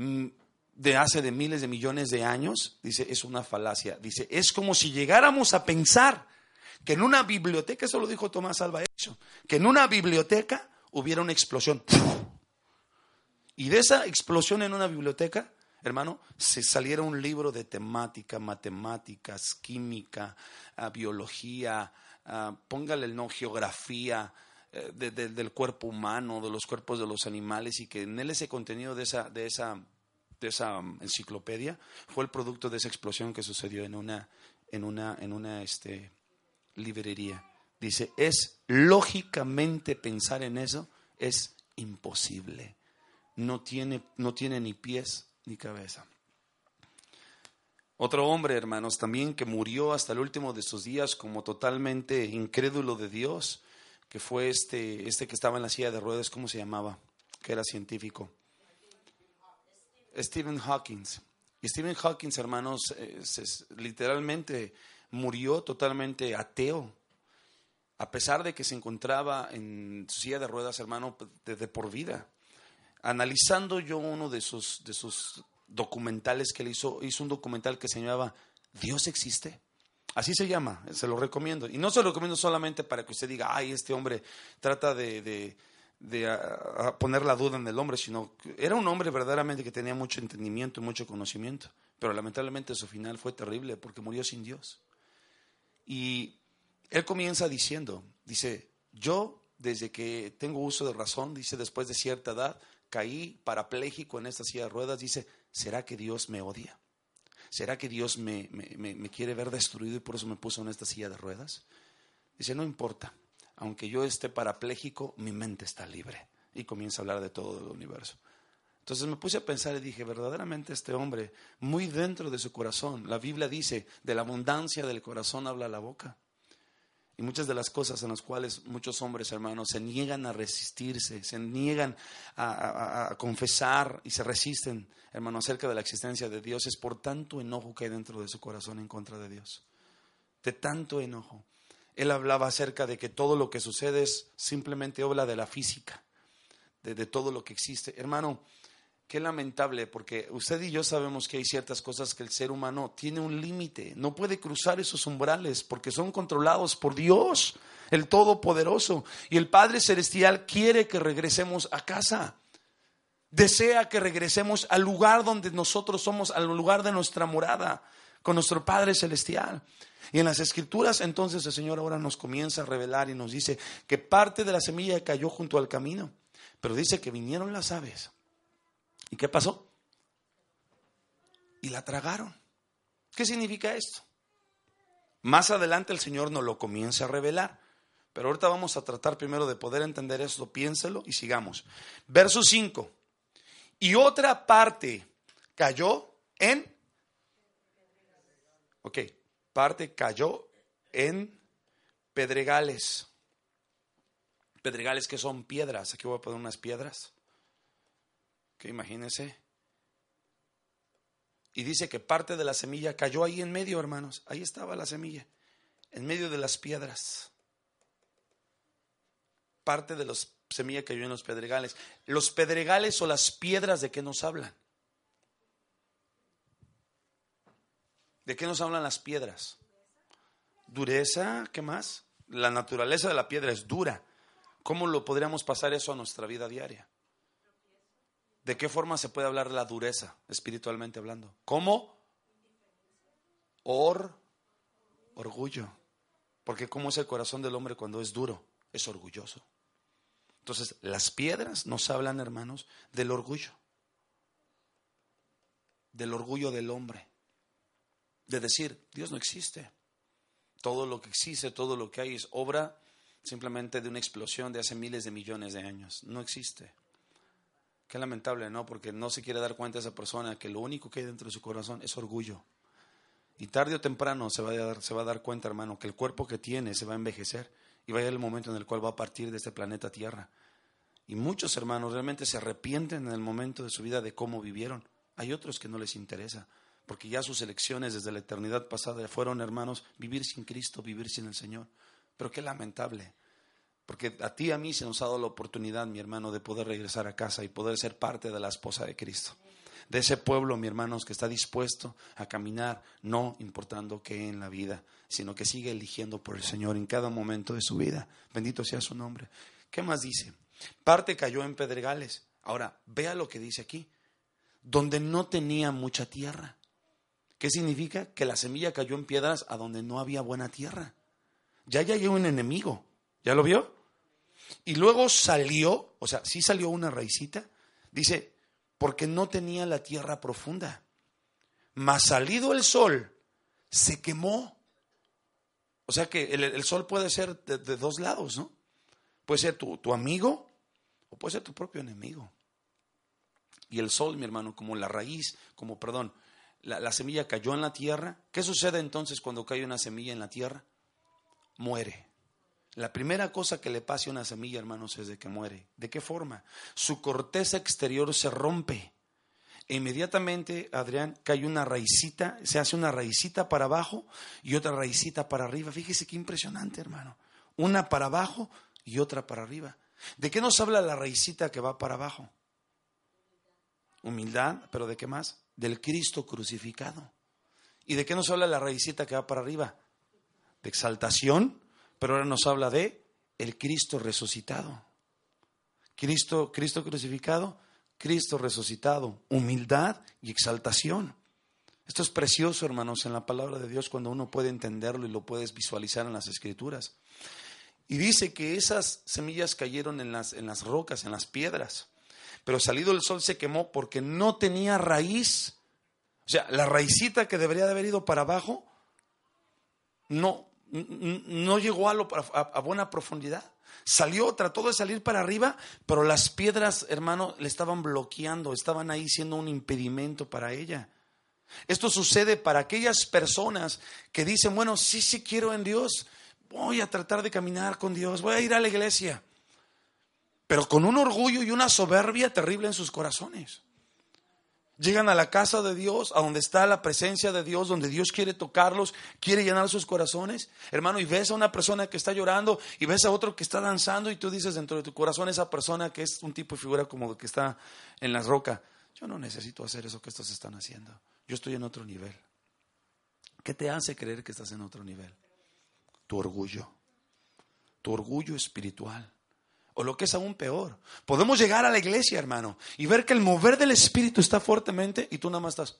de hace de miles de millones de años, dice, es una falacia. Dice, es como si llegáramos a pensar que en una biblioteca, eso lo dijo Tomás Alva Edison, que en una biblioteca hubiera una explosión. Y de esa explosión en una biblioteca, hermano, se saliera un libro de temática, matemáticas, química, uh, biología, uh, póngale el no, geografía uh, de, de, del cuerpo humano, de los cuerpos de los animales, y que en él ese contenido de esa, de esa, de esa um, enciclopedia fue el producto de esa explosión que sucedió en una, en una, en una este, librería. Dice, es lógicamente pensar en eso es imposible. No tiene, no tiene ni pies ni cabeza. Otro hombre, hermanos, también que murió hasta el último de sus días como totalmente incrédulo de Dios, que fue este, este que estaba en la silla de ruedas, ¿cómo se llamaba? Que era científico. Stephen Hawking. Y Stephen Hawking, hermanos, es, es, literalmente murió totalmente ateo, a pesar de que se encontraba en su silla de ruedas, hermano, de, de por vida. Analizando yo uno de sus, de sus documentales que él hizo, hizo un documental que se llamaba ¿Dios existe? Así se llama, se lo recomiendo. Y no se lo recomiendo solamente para que usted diga, ay, este hombre trata de, de, de a, a poner la duda en el hombre, sino que era un hombre verdaderamente que tenía mucho entendimiento y mucho conocimiento. Pero lamentablemente su final fue terrible porque murió sin Dios. Y él comienza diciendo, dice, yo desde que tengo uso de razón, dice, después de cierta edad, caí parapléjico en esta silla de ruedas. Dice, ¿será que Dios me odia? ¿Será que Dios me, me, me quiere ver destruido y por eso me puso en esta silla de ruedas? Dice, no importa, aunque yo esté parapléjico, mi mente está libre. Y comienza a hablar de todo el universo. Entonces me puse a pensar y dije, verdaderamente este hombre, muy dentro de su corazón, la Biblia dice, de la abundancia del corazón habla la boca. Y muchas de las cosas en las cuales muchos hombres, hermanos, se niegan a resistirse, se niegan a, a, a confesar y se resisten, hermano, acerca de la existencia de Dios, es por tanto enojo que hay dentro de su corazón en contra de Dios. De tanto enojo. Él hablaba acerca de que todo lo que sucede es simplemente obra de la física, de, de todo lo que existe. Hermano, Qué lamentable, porque usted y yo sabemos que hay ciertas cosas que el ser humano tiene un límite, no puede cruzar esos umbrales porque son controlados por Dios, el Todopoderoso. Y el Padre Celestial quiere que regresemos a casa, desea que regresemos al lugar donde nosotros somos, al lugar de nuestra morada, con nuestro Padre Celestial. Y en las Escrituras entonces el Señor ahora nos comienza a revelar y nos dice que parte de la semilla cayó junto al camino, pero dice que vinieron las aves. ¿Y qué pasó? Y la tragaron. ¿Qué significa esto? Más adelante el Señor nos lo comienza a revelar, pero ahorita vamos a tratar primero de poder entender esto. Piénselo y sigamos. Verso cinco. Y otra parte cayó en... Ok, parte cayó en pedregales. Pedregales que son piedras. Aquí voy a poner unas piedras. Que imagínense. Y dice que parte de la semilla cayó ahí en medio, hermanos. Ahí estaba la semilla, en medio de las piedras. Parte de la semilla cayó en los pedregales. Los pedregales o las piedras, ¿de qué nos hablan? ¿De qué nos hablan las piedras? Dureza, ¿qué más? La naturaleza de la piedra es dura. ¿Cómo lo podríamos pasar eso a nuestra vida diaria? ¿De qué forma se puede hablar de la dureza, espiritualmente hablando? ¿Cómo? Or, orgullo. Porque ¿cómo es el corazón del hombre cuando es duro? Es orgulloso. Entonces, las piedras nos hablan, hermanos, del orgullo. Del orgullo del hombre. De decir, Dios no existe. Todo lo que existe, todo lo que hay es obra simplemente de una explosión de hace miles de millones de años. No existe. Qué lamentable, ¿no? Porque no se quiere dar cuenta esa persona que lo único que hay dentro de su corazón es orgullo. Y tarde o temprano se va a dar, se va a dar cuenta, hermano, que el cuerpo que tiene se va a envejecer y va a llegar el momento en el cual va a partir de este planeta Tierra. Y muchos hermanos realmente se arrepienten en el momento de su vida de cómo vivieron. Hay otros que no les interesa, porque ya sus elecciones desde la eternidad pasada fueron, hermanos, vivir sin Cristo, vivir sin el Señor. Pero qué lamentable. Porque a ti y a mí se nos ha dado la oportunidad, mi hermano, de poder regresar a casa y poder ser parte de la esposa de Cristo. De ese pueblo, mi hermanos, que está dispuesto a caminar, no importando qué en la vida, sino que sigue eligiendo por el Señor en cada momento de su vida. Bendito sea su nombre. ¿Qué más dice? Parte cayó en pedregales. Ahora, vea lo que dice aquí. Donde no tenía mucha tierra. ¿Qué significa? Que la semilla cayó en piedras a donde no había buena tierra. Ya ya llegó un enemigo. ¿Ya lo vio? Y luego salió, o sea, sí salió una raicita, dice, porque no tenía la tierra profunda. Mas salido el sol, se quemó. O sea que el, el sol puede ser de, de dos lados, ¿no? Puede ser tu, tu amigo o puede ser tu propio enemigo. Y el sol, mi hermano, como la raíz, como, perdón, la, la semilla cayó en la tierra. ¿Qué sucede entonces cuando cae una semilla en la tierra? Muere. La primera cosa que le pase a una semilla, hermanos, es de que muere. ¿De qué forma? Su corteza exterior se rompe. E inmediatamente, Adrián, cae una raicita, se hace una raicita para abajo y otra raicita para arriba. Fíjese qué impresionante, hermano. Una para abajo y otra para arriba. ¿De qué nos habla la raicita que va para abajo? Humildad, pero ¿de qué más? Del Cristo crucificado. ¿Y de qué nos habla la raicita que va para arriba? De exaltación. Pero ahora nos habla de el Cristo resucitado. Cristo, Cristo crucificado, Cristo resucitado, humildad y exaltación. Esto es precioso, hermanos, en la palabra de Dios cuando uno puede entenderlo y lo puedes visualizar en las Escrituras. Y dice que esas semillas cayeron en las, en las rocas, en las piedras. Pero salido el sol se quemó porque no tenía raíz. O sea, la raicita que debería de haber ido para abajo, no. No llegó a, lo, a, a buena profundidad. Salió, trató de salir para arriba, pero las piedras, hermano, le estaban bloqueando, estaban ahí siendo un impedimento para ella. Esto sucede para aquellas personas que dicen, bueno, sí, sí quiero en Dios, voy a tratar de caminar con Dios, voy a ir a la iglesia, pero con un orgullo y una soberbia terrible en sus corazones. Llegan a la casa de Dios, a donde está la presencia de Dios, donde Dios quiere tocarlos, quiere llenar sus corazones, hermano, y ves a una persona que está llorando y ves a otro que está danzando y tú dices dentro de tu corazón, esa persona que es un tipo de figura como que está en la roca, yo no necesito hacer eso que estos están haciendo. Yo estoy en otro nivel. ¿Qué te hace creer que estás en otro nivel? Tu orgullo. Tu orgullo espiritual. O lo que es aún peor, podemos llegar a la iglesia, hermano, y ver que el mover del Espíritu está fuertemente y tú nada más estás.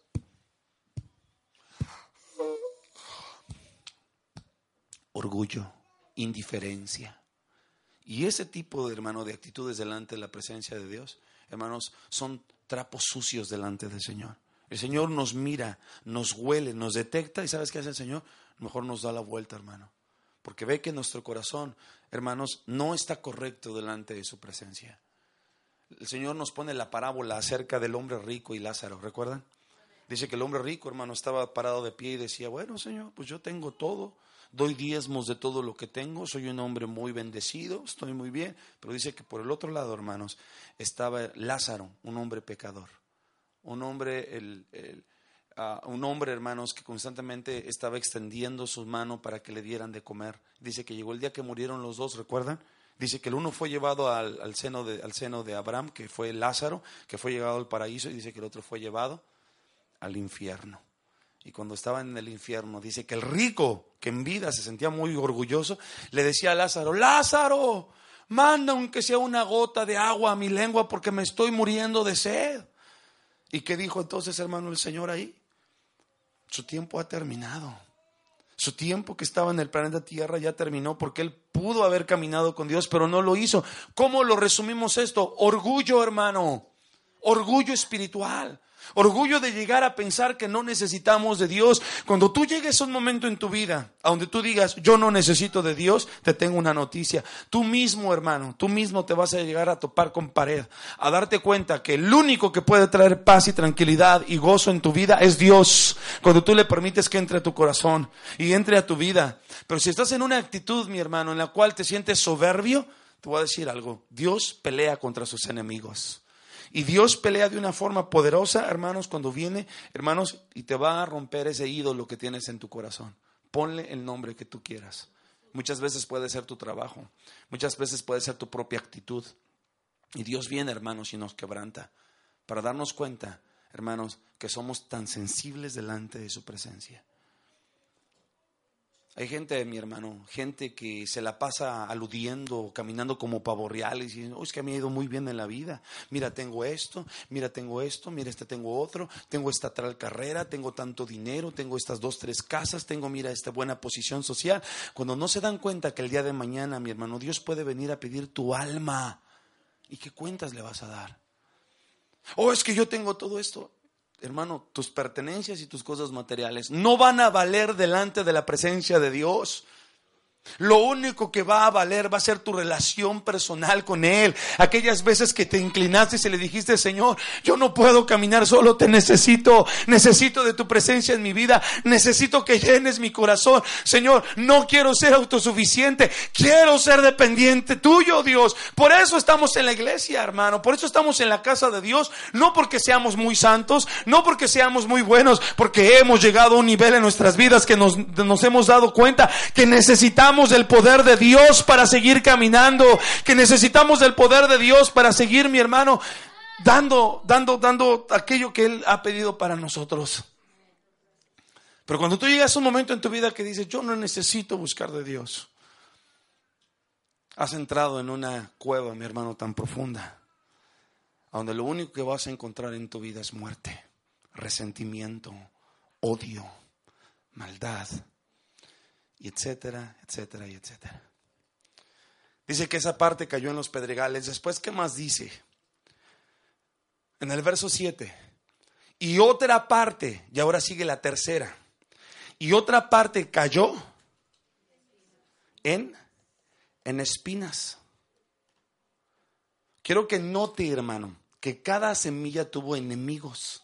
Orgullo, indiferencia. Y ese tipo de, hermano, de actitudes delante de la presencia de Dios, hermanos, son trapos sucios delante del Señor. El Señor nos mira, nos huele, nos detecta y ¿sabes qué hace el Señor? Mejor nos da la vuelta, hermano. Porque ve que nuestro corazón, hermanos, no está correcto delante de su presencia. El Señor nos pone la parábola acerca del hombre rico y Lázaro, ¿recuerdan? Dice que el hombre rico, hermano, estaba parado de pie y decía, bueno, Señor, pues yo tengo todo, doy diezmos de todo lo que tengo, soy un hombre muy bendecido, estoy muy bien. Pero dice que por el otro lado, hermanos, estaba Lázaro, un hombre pecador, un hombre, el... el Uh, un hombre, hermanos, que constantemente estaba extendiendo su mano para que le dieran de comer. Dice que llegó el día que murieron los dos, ¿recuerdan? Dice que el uno fue llevado al, al, seno de, al seno de Abraham, que fue Lázaro, que fue llevado al paraíso, y dice que el otro fue llevado al infierno. Y cuando estaba en el infierno, dice que el rico, que en vida se sentía muy orgulloso, le decía a Lázaro, Lázaro, manda aunque sea una gota de agua a mi lengua porque me estoy muriendo de sed. ¿Y qué dijo entonces, hermano, el Señor ahí? Su tiempo ha terminado. Su tiempo que estaba en el planeta Tierra ya terminó porque él pudo haber caminado con Dios, pero no lo hizo. ¿Cómo lo resumimos esto? Orgullo, hermano. Orgullo espiritual. Orgullo de llegar a pensar que no necesitamos de Dios. Cuando tú llegues a un momento en tu vida a donde tú digas, yo no necesito de Dios, te tengo una noticia. Tú mismo, hermano, tú mismo te vas a llegar a topar con pared, a darte cuenta que el único que puede traer paz y tranquilidad y gozo en tu vida es Dios. Cuando tú le permites que entre a tu corazón y entre a tu vida. Pero si estás en una actitud, mi hermano, en la cual te sientes soberbio, te voy a decir algo. Dios pelea contra sus enemigos. Y Dios pelea de una forma poderosa, hermanos, cuando viene, hermanos, y te va a romper ese ídolo que tienes en tu corazón. Ponle el nombre que tú quieras. Muchas veces puede ser tu trabajo, muchas veces puede ser tu propia actitud. Y Dios viene, hermanos, y nos quebranta para darnos cuenta, hermanos, que somos tan sensibles delante de su presencia. Hay gente, mi hermano, gente que se la pasa aludiendo, caminando como pavo real y diciendo, oh, es que me ha ido muy bien en la vida. Mira, tengo esto, mira, tengo esto, mira, este tengo otro, tengo esta tal carrera, tengo tanto dinero, tengo estas dos, tres casas, tengo, mira, esta buena posición social. Cuando no se dan cuenta que el día de mañana, mi hermano, Dios puede venir a pedir tu alma. ¿Y qué cuentas le vas a dar? Oh, es que yo tengo todo esto. Hermano, tus pertenencias y tus cosas materiales no van a valer delante de la presencia de Dios. Lo único que va a valer va a ser tu relación personal con Él. Aquellas veces que te inclinaste y le dijiste, Señor, yo no puedo caminar solo, te necesito. Necesito de tu presencia en mi vida. Necesito que llenes mi corazón. Señor, no quiero ser autosuficiente. Quiero ser dependiente tuyo, Dios. Por eso estamos en la iglesia, hermano. Por eso estamos en la casa de Dios. No porque seamos muy santos, no porque seamos muy buenos, porque hemos llegado a un nivel en nuestras vidas que nos, nos hemos dado cuenta que necesitamos del poder de Dios para seguir caminando, que necesitamos del poder de Dios para seguir, mi hermano, dando, dando, dando aquello que Él ha pedido para nosotros. Pero cuando tú llegas a un momento en tu vida que dices, yo no necesito buscar de Dios, has entrado en una cueva, mi hermano, tan profunda, donde lo único que vas a encontrar en tu vida es muerte, resentimiento, odio, maldad, y etcétera, etcétera, y etcétera. Dice que esa parte cayó en los pedregales. Después, ¿qué más dice? En el verso siete. Y otra parte, y ahora sigue la tercera. Y otra parte cayó en, en espinas. Quiero que note, hermano, que cada semilla tuvo enemigos.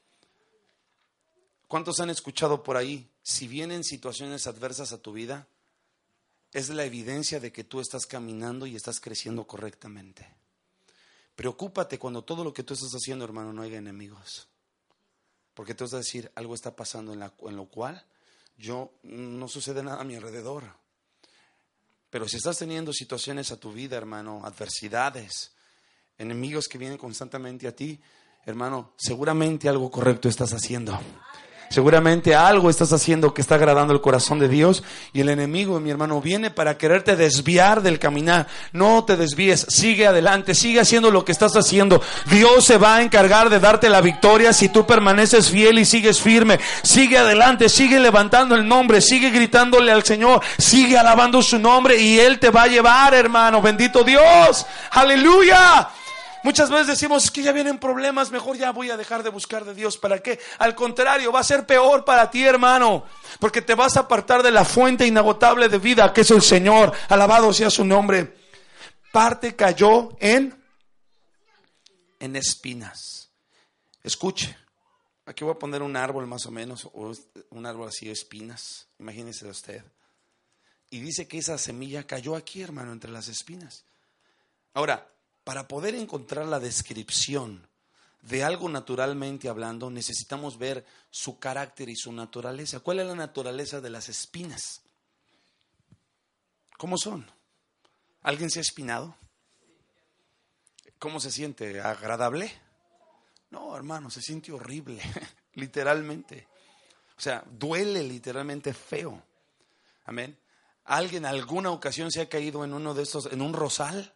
¿Cuántos han escuchado por ahí? Si vienen situaciones adversas a tu vida, es la evidencia de que tú estás caminando y estás creciendo correctamente. Preocúpate cuando todo lo que tú estás haciendo, hermano, no haya enemigos. Porque tú vas a decir, algo está pasando en, la, en lo cual yo no sucede nada a mi alrededor. Pero si estás teniendo situaciones a tu vida, hermano, adversidades, enemigos que vienen constantemente a ti, hermano, seguramente algo correcto estás haciendo. Seguramente algo estás haciendo que está agradando el corazón de Dios, y el enemigo, mi hermano, viene para quererte desviar del caminar. No te desvíes, sigue adelante, sigue haciendo lo que estás haciendo. Dios se va a encargar de darte la victoria si tú permaneces fiel y sigues firme. Sigue adelante, sigue levantando el nombre, sigue gritándole al Señor, sigue alabando su nombre y Él te va a llevar, hermano. Bendito Dios, aleluya. Muchas veces decimos, es que ya vienen problemas, mejor ya voy a dejar de buscar de Dios. ¿Para qué? Al contrario, va a ser peor para ti, hermano, porque te vas a apartar de la fuente inagotable de vida que es el Señor. Alabado sea su nombre. Parte cayó en, en espinas. Escuche, aquí voy a poner un árbol más o menos, o un árbol así de espinas, imagínese usted. Y dice que esa semilla cayó aquí, hermano, entre las espinas. Ahora, para poder encontrar la descripción de algo naturalmente hablando, necesitamos ver su carácter y su naturaleza. ¿Cuál es la naturaleza de las espinas? ¿Cómo son? ¿Alguien se ha espinado? ¿Cómo se siente? ¿Agradable? No, hermano, se siente horrible, literalmente. O sea, duele literalmente feo. Amén. ¿Alguien alguna ocasión se ha caído en uno de estos, en un rosal?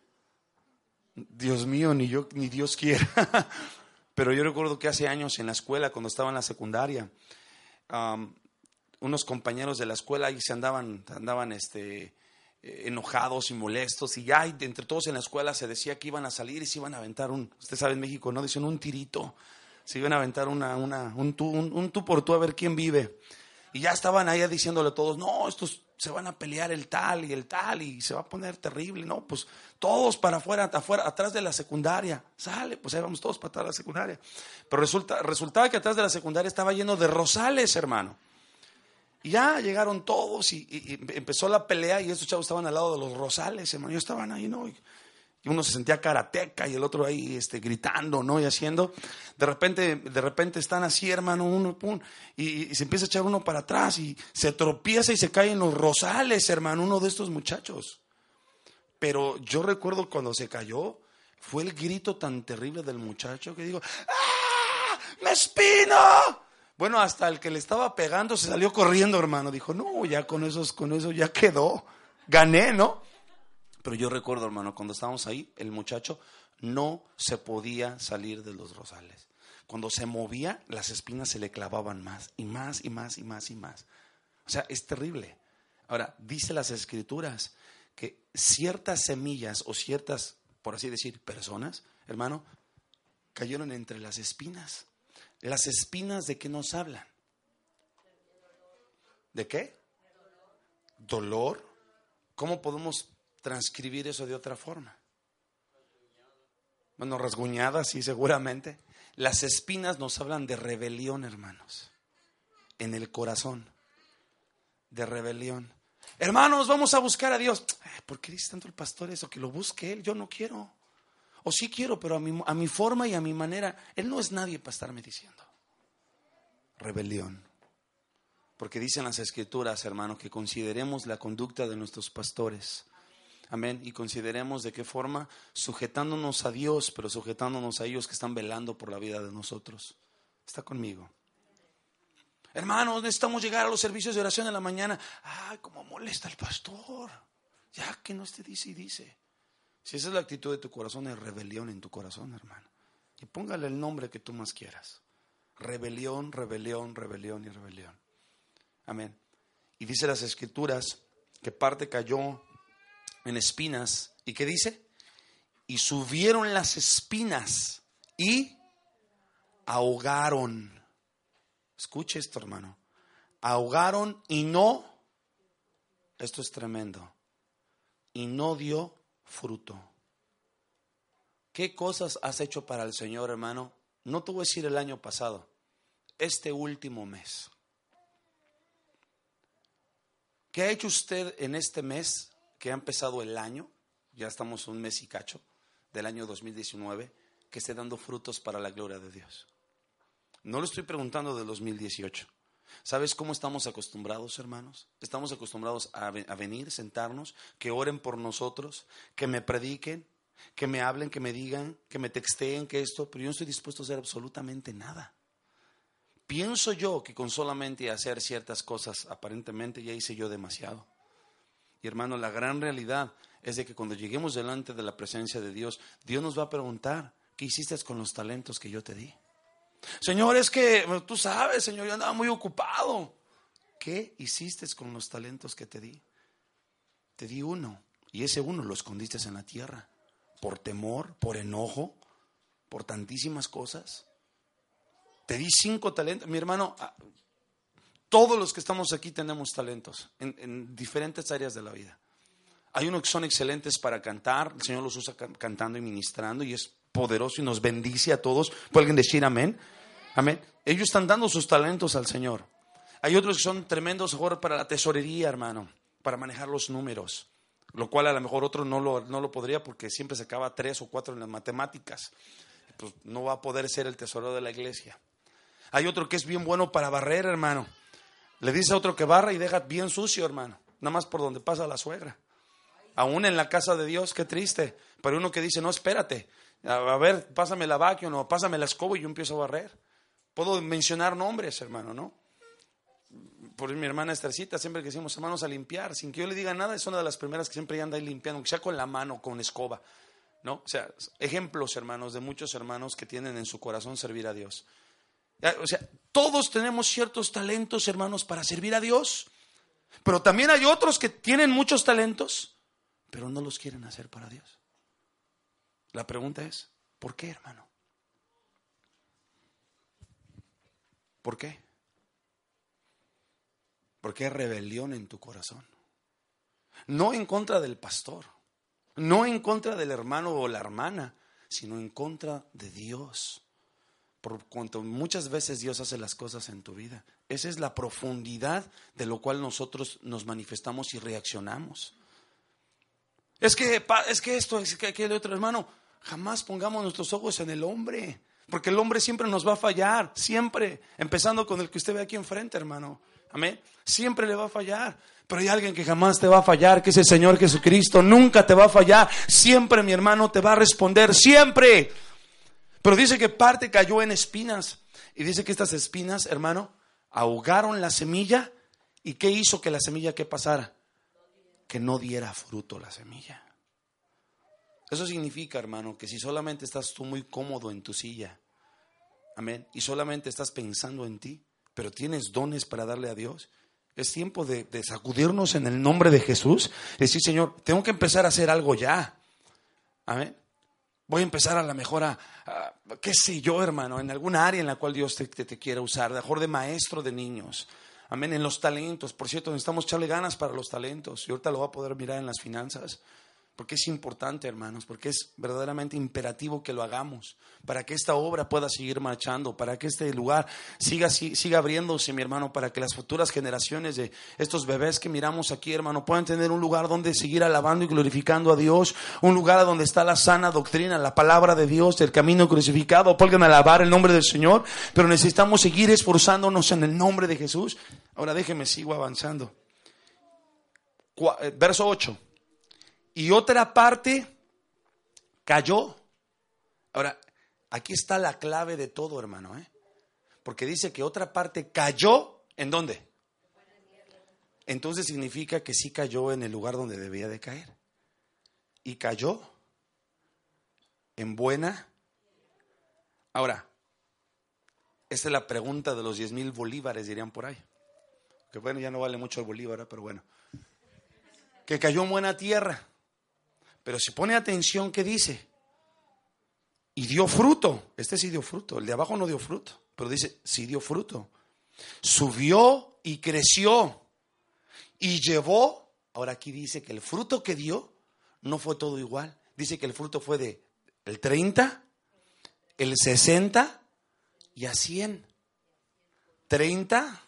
Dios mío, ni yo, ni Dios quiera. Pero yo recuerdo que hace años en la escuela, cuando estaba en la secundaria, um, unos compañeros de la escuela ahí se andaban, andaban este, enojados y molestos, y ya entre todos en la escuela se decía que iban a salir y se iban a aventar un, usted sabe en México, ¿no? Dicen un tirito, se iban a aventar una, una, un, tú, un, un tú por tú a ver quién vive. Y ya estaban ahí diciéndole a todos, no, estos se van a pelear el tal y el tal y se va a poner terrible. No, pues todos para afuera, afuera, atrás de la secundaria. Sale, pues ahí vamos todos para atrás de la secundaria. Pero resulta, resultaba que atrás de la secundaria estaba lleno de rosales, hermano. Y ya llegaron todos y, y, y empezó la pelea y estos chavos estaban al lado de los rosales, hermano. Ellos estaban ahí, ¿no? Y, y uno se sentía karateca y el otro ahí este, gritando, ¿no? Y haciendo. De repente, de repente están así, hermano, uno, pum, y, y se empieza a echar uno para atrás y se tropieza y se cae en los rosales, hermano, uno de estos muchachos. Pero yo recuerdo cuando se cayó, fue el grito tan terrible del muchacho que digo, ¡ah! ¡Me espino! Bueno, hasta el que le estaba pegando se salió corriendo, hermano. Dijo, no, ya con esos, con eso ya quedó. Gané, ¿no? Pero yo recuerdo, hermano, cuando estábamos ahí, el muchacho no se podía salir de los rosales. Cuando se movía, las espinas se le clavaban más y más y más y más y más. O sea, es terrible. Ahora, dice las Escrituras que ciertas semillas o ciertas, por así decir, personas, hermano, cayeron entre las espinas. ¿Las espinas de qué nos hablan? ¿De qué? ¿Dolor? ¿Cómo podemos transcribir eso de otra forma? Bueno, rasguñadas, sí, seguramente. Las espinas nos hablan de rebelión, hermanos, en el corazón, de rebelión. Hermanos, vamos a buscar a Dios. ¿Por qué dice tanto el pastor eso? Que lo busque Él, yo no quiero. O sí quiero, pero a mi, a mi forma y a mi manera. Él no es nadie para estarme diciendo. Rebelión. Porque dicen las Escrituras, hermanos, que consideremos la conducta de nuestros pastores. Amén. Y consideremos de qué forma, sujetándonos a Dios, pero sujetándonos a ellos que están velando por la vida de nosotros. Está conmigo. Hermanos, necesitamos llegar a los servicios de oración en la mañana. Ay, cómo molesta el pastor. Ya que no te dice y dice. Si esa es la actitud de tu corazón, es rebelión en tu corazón, hermano. Y póngale el nombre que tú más quieras. Rebelión, rebelión, rebelión y rebelión. Amén. Y dice las Escrituras que parte cayó en espinas. ¿Y qué dice? Y subieron las espinas y ahogaron. Escuche esto, hermano. Ahogaron y no, esto es tremendo, y no dio fruto. ¿Qué cosas has hecho para el Señor, hermano? No te voy a decir el año pasado, este último mes. ¿Qué ha hecho usted en este mes que ha empezado el año? Ya estamos un mes y cacho del año dos mil diecinueve, que esté dando frutos para la gloria de Dios. No lo estoy preguntando del dos mil dieciocho. ¿Sabes cómo estamos acostumbrados, hermanos? Estamos acostumbrados a, a venir, sentarnos, que oren por nosotros, que me prediquen, que me hablen, que me digan, que me texteen, que esto, pero yo no estoy dispuesto a hacer absolutamente nada. Pienso yo que con solamente hacer ciertas cosas, aparentemente ya hice yo demasiado. Y hermano, la gran realidad es de que cuando lleguemos delante de la presencia de Dios, Dios nos va a preguntar, ¿qué hiciste con los talentos que yo te di? Señor, es que tú sabes, Señor, yo andaba muy ocupado. ¿Qué hiciste con los talentos que te di? Te di uno, y ese uno lo escondiste en la tierra, por temor, por enojo, por tantísimas cosas. Te di cinco talentos. Mi hermano, todos los que estamos aquí tenemos talentos en, en diferentes áreas de la vida. Hay unos que son excelentes para cantar. El Señor los usa cantando y ministrando y es poderoso y nos bendice a todos. ¿Puede alguien decir amén? Amén. Ellos están dando sus talentos al Señor. Hay otros que son tremendos mejor para la tesorería, hermano, para manejar los números, lo cual a lo mejor otro no lo, no lo podría porque siempre se acaba tres o cuatro en las matemáticas. Pues no va a poder ser el tesorero de la iglesia. Hay otro que es bien bueno para barrer, hermano. Le dice a otro que barra y deja bien sucio, hermano, nada más por donde pasa la suegra. Aún en la casa de Dios, qué triste. Pero uno que dice, no, espérate, a ver, pásame la vacuum o pásame la escoba y yo empiezo a barrer. Puedo mencionar nombres, hermano, ¿no? Por mi hermana Estercita, siempre que decimos hermanos a limpiar, sin que yo le diga nada, es una de las primeras que siempre anda ahí limpiando, aunque sea con la mano, con escoba, ¿no? O sea, ejemplos, hermanos, de muchos hermanos que tienen en su corazón servir a Dios. O sea, todos tenemos ciertos talentos, hermanos, para servir a Dios, pero también hay otros que tienen muchos talentos, pero no los quieren hacer para Dios. La pregunta es, ¿por qué, hermano? ¿Por qué? Porque hay rebelión en tu corazón. No en contra del pastor, no en contra del hermano o la hermana, sino en contra de Dios. Por cuanto muchas veces Dios hace las cosas en tu vida. Esa es la profundidad de lo cual nosotros nos manifestamos y reaccionamos. Es que, es que esto, es que aquel otro, hermano, jamás pongamos nuestros ojos en el hombre, porque el hombre siempre nos va a fallar, siempre, empezando con el que usted ve aquí enfrente, hermano. Amén. Siempre le va a fallar. Pero hay alguien que jamás te va a fallar, que es el Señor Jesucristo. Nunca te va a fallar. Siempre, mi hermano, te va a responder. Siempre. Pero dice que parte cayó en espinas. Y dice que estas espinas, hermano, ahogaron la semilla. ¿Y qué hizo que la semilla que pasara? Que no diera fruto la semilla. Eso significa, hermano, que si solamente estás tú muy cómodo en tu silla, amén, y solamente estás pensando en ti, pero tienes dones para darle a Dios, es tiempo de, de sacudirnos en el nombre de Jesús. Decir, Señor, tengo que empezar a hacer algo ya. Amén. Voy a empezar a la mejor a, a, qué sé yo, hermano, en alguna área en la cual Dios te, te, te quiera usar, mejor de maestro de niños. Amén, en los talentos. Por cierto, necesitamos echarle ganas para los talentos. Y ahorita lo va a poder mirar en las finanzas. Porque es importante, hermanos, porque es verdaderamente imperativo que lo hagamos, para que esta obra pueda seguir marchando, para que este lugar siga, siga abriéndose, mi hermano, para que las futuras generaciones de estos bebés que miramos aquí, hermano, puedan tener un lugar donde seguir alabando y glorificando a Dios, un lugar donde está la sana doctrina, la palabra de Dios, el camino crucificado. Pueden alabar el nombre del Señor, pero necesitamos seguir esforzándonos en el nombre de Jesús. Ahora déjeme, sigo avanzando. Verso ocho. Y otra parte cayó. Ahora, aquí está la clave de todo, hermano, ¿eh? Porque dice que otra parte cayó. ¿En dónde? Entonces significa que sí cayó en el lugar donde debía de caer. Y cayó en buena. Ahora, esta es la pregunta de los diez mil bolívares, dirían por ahí. Que bueno, ya no vale mucho el bolívar, pero bueno. Que cayó en buena tierra. Pero si pone atención, ¿qué dice? Y dio fruto. Este sí dio fruto. El de abajo no dio fruto. Pero dice, sí dio fruto. Subió y creció. Y llevó. Ahora aquí dice que el fruto que dio no fue todo igual. Dice que el fruto fue de el treinta, el sesenta y a cien. treinta,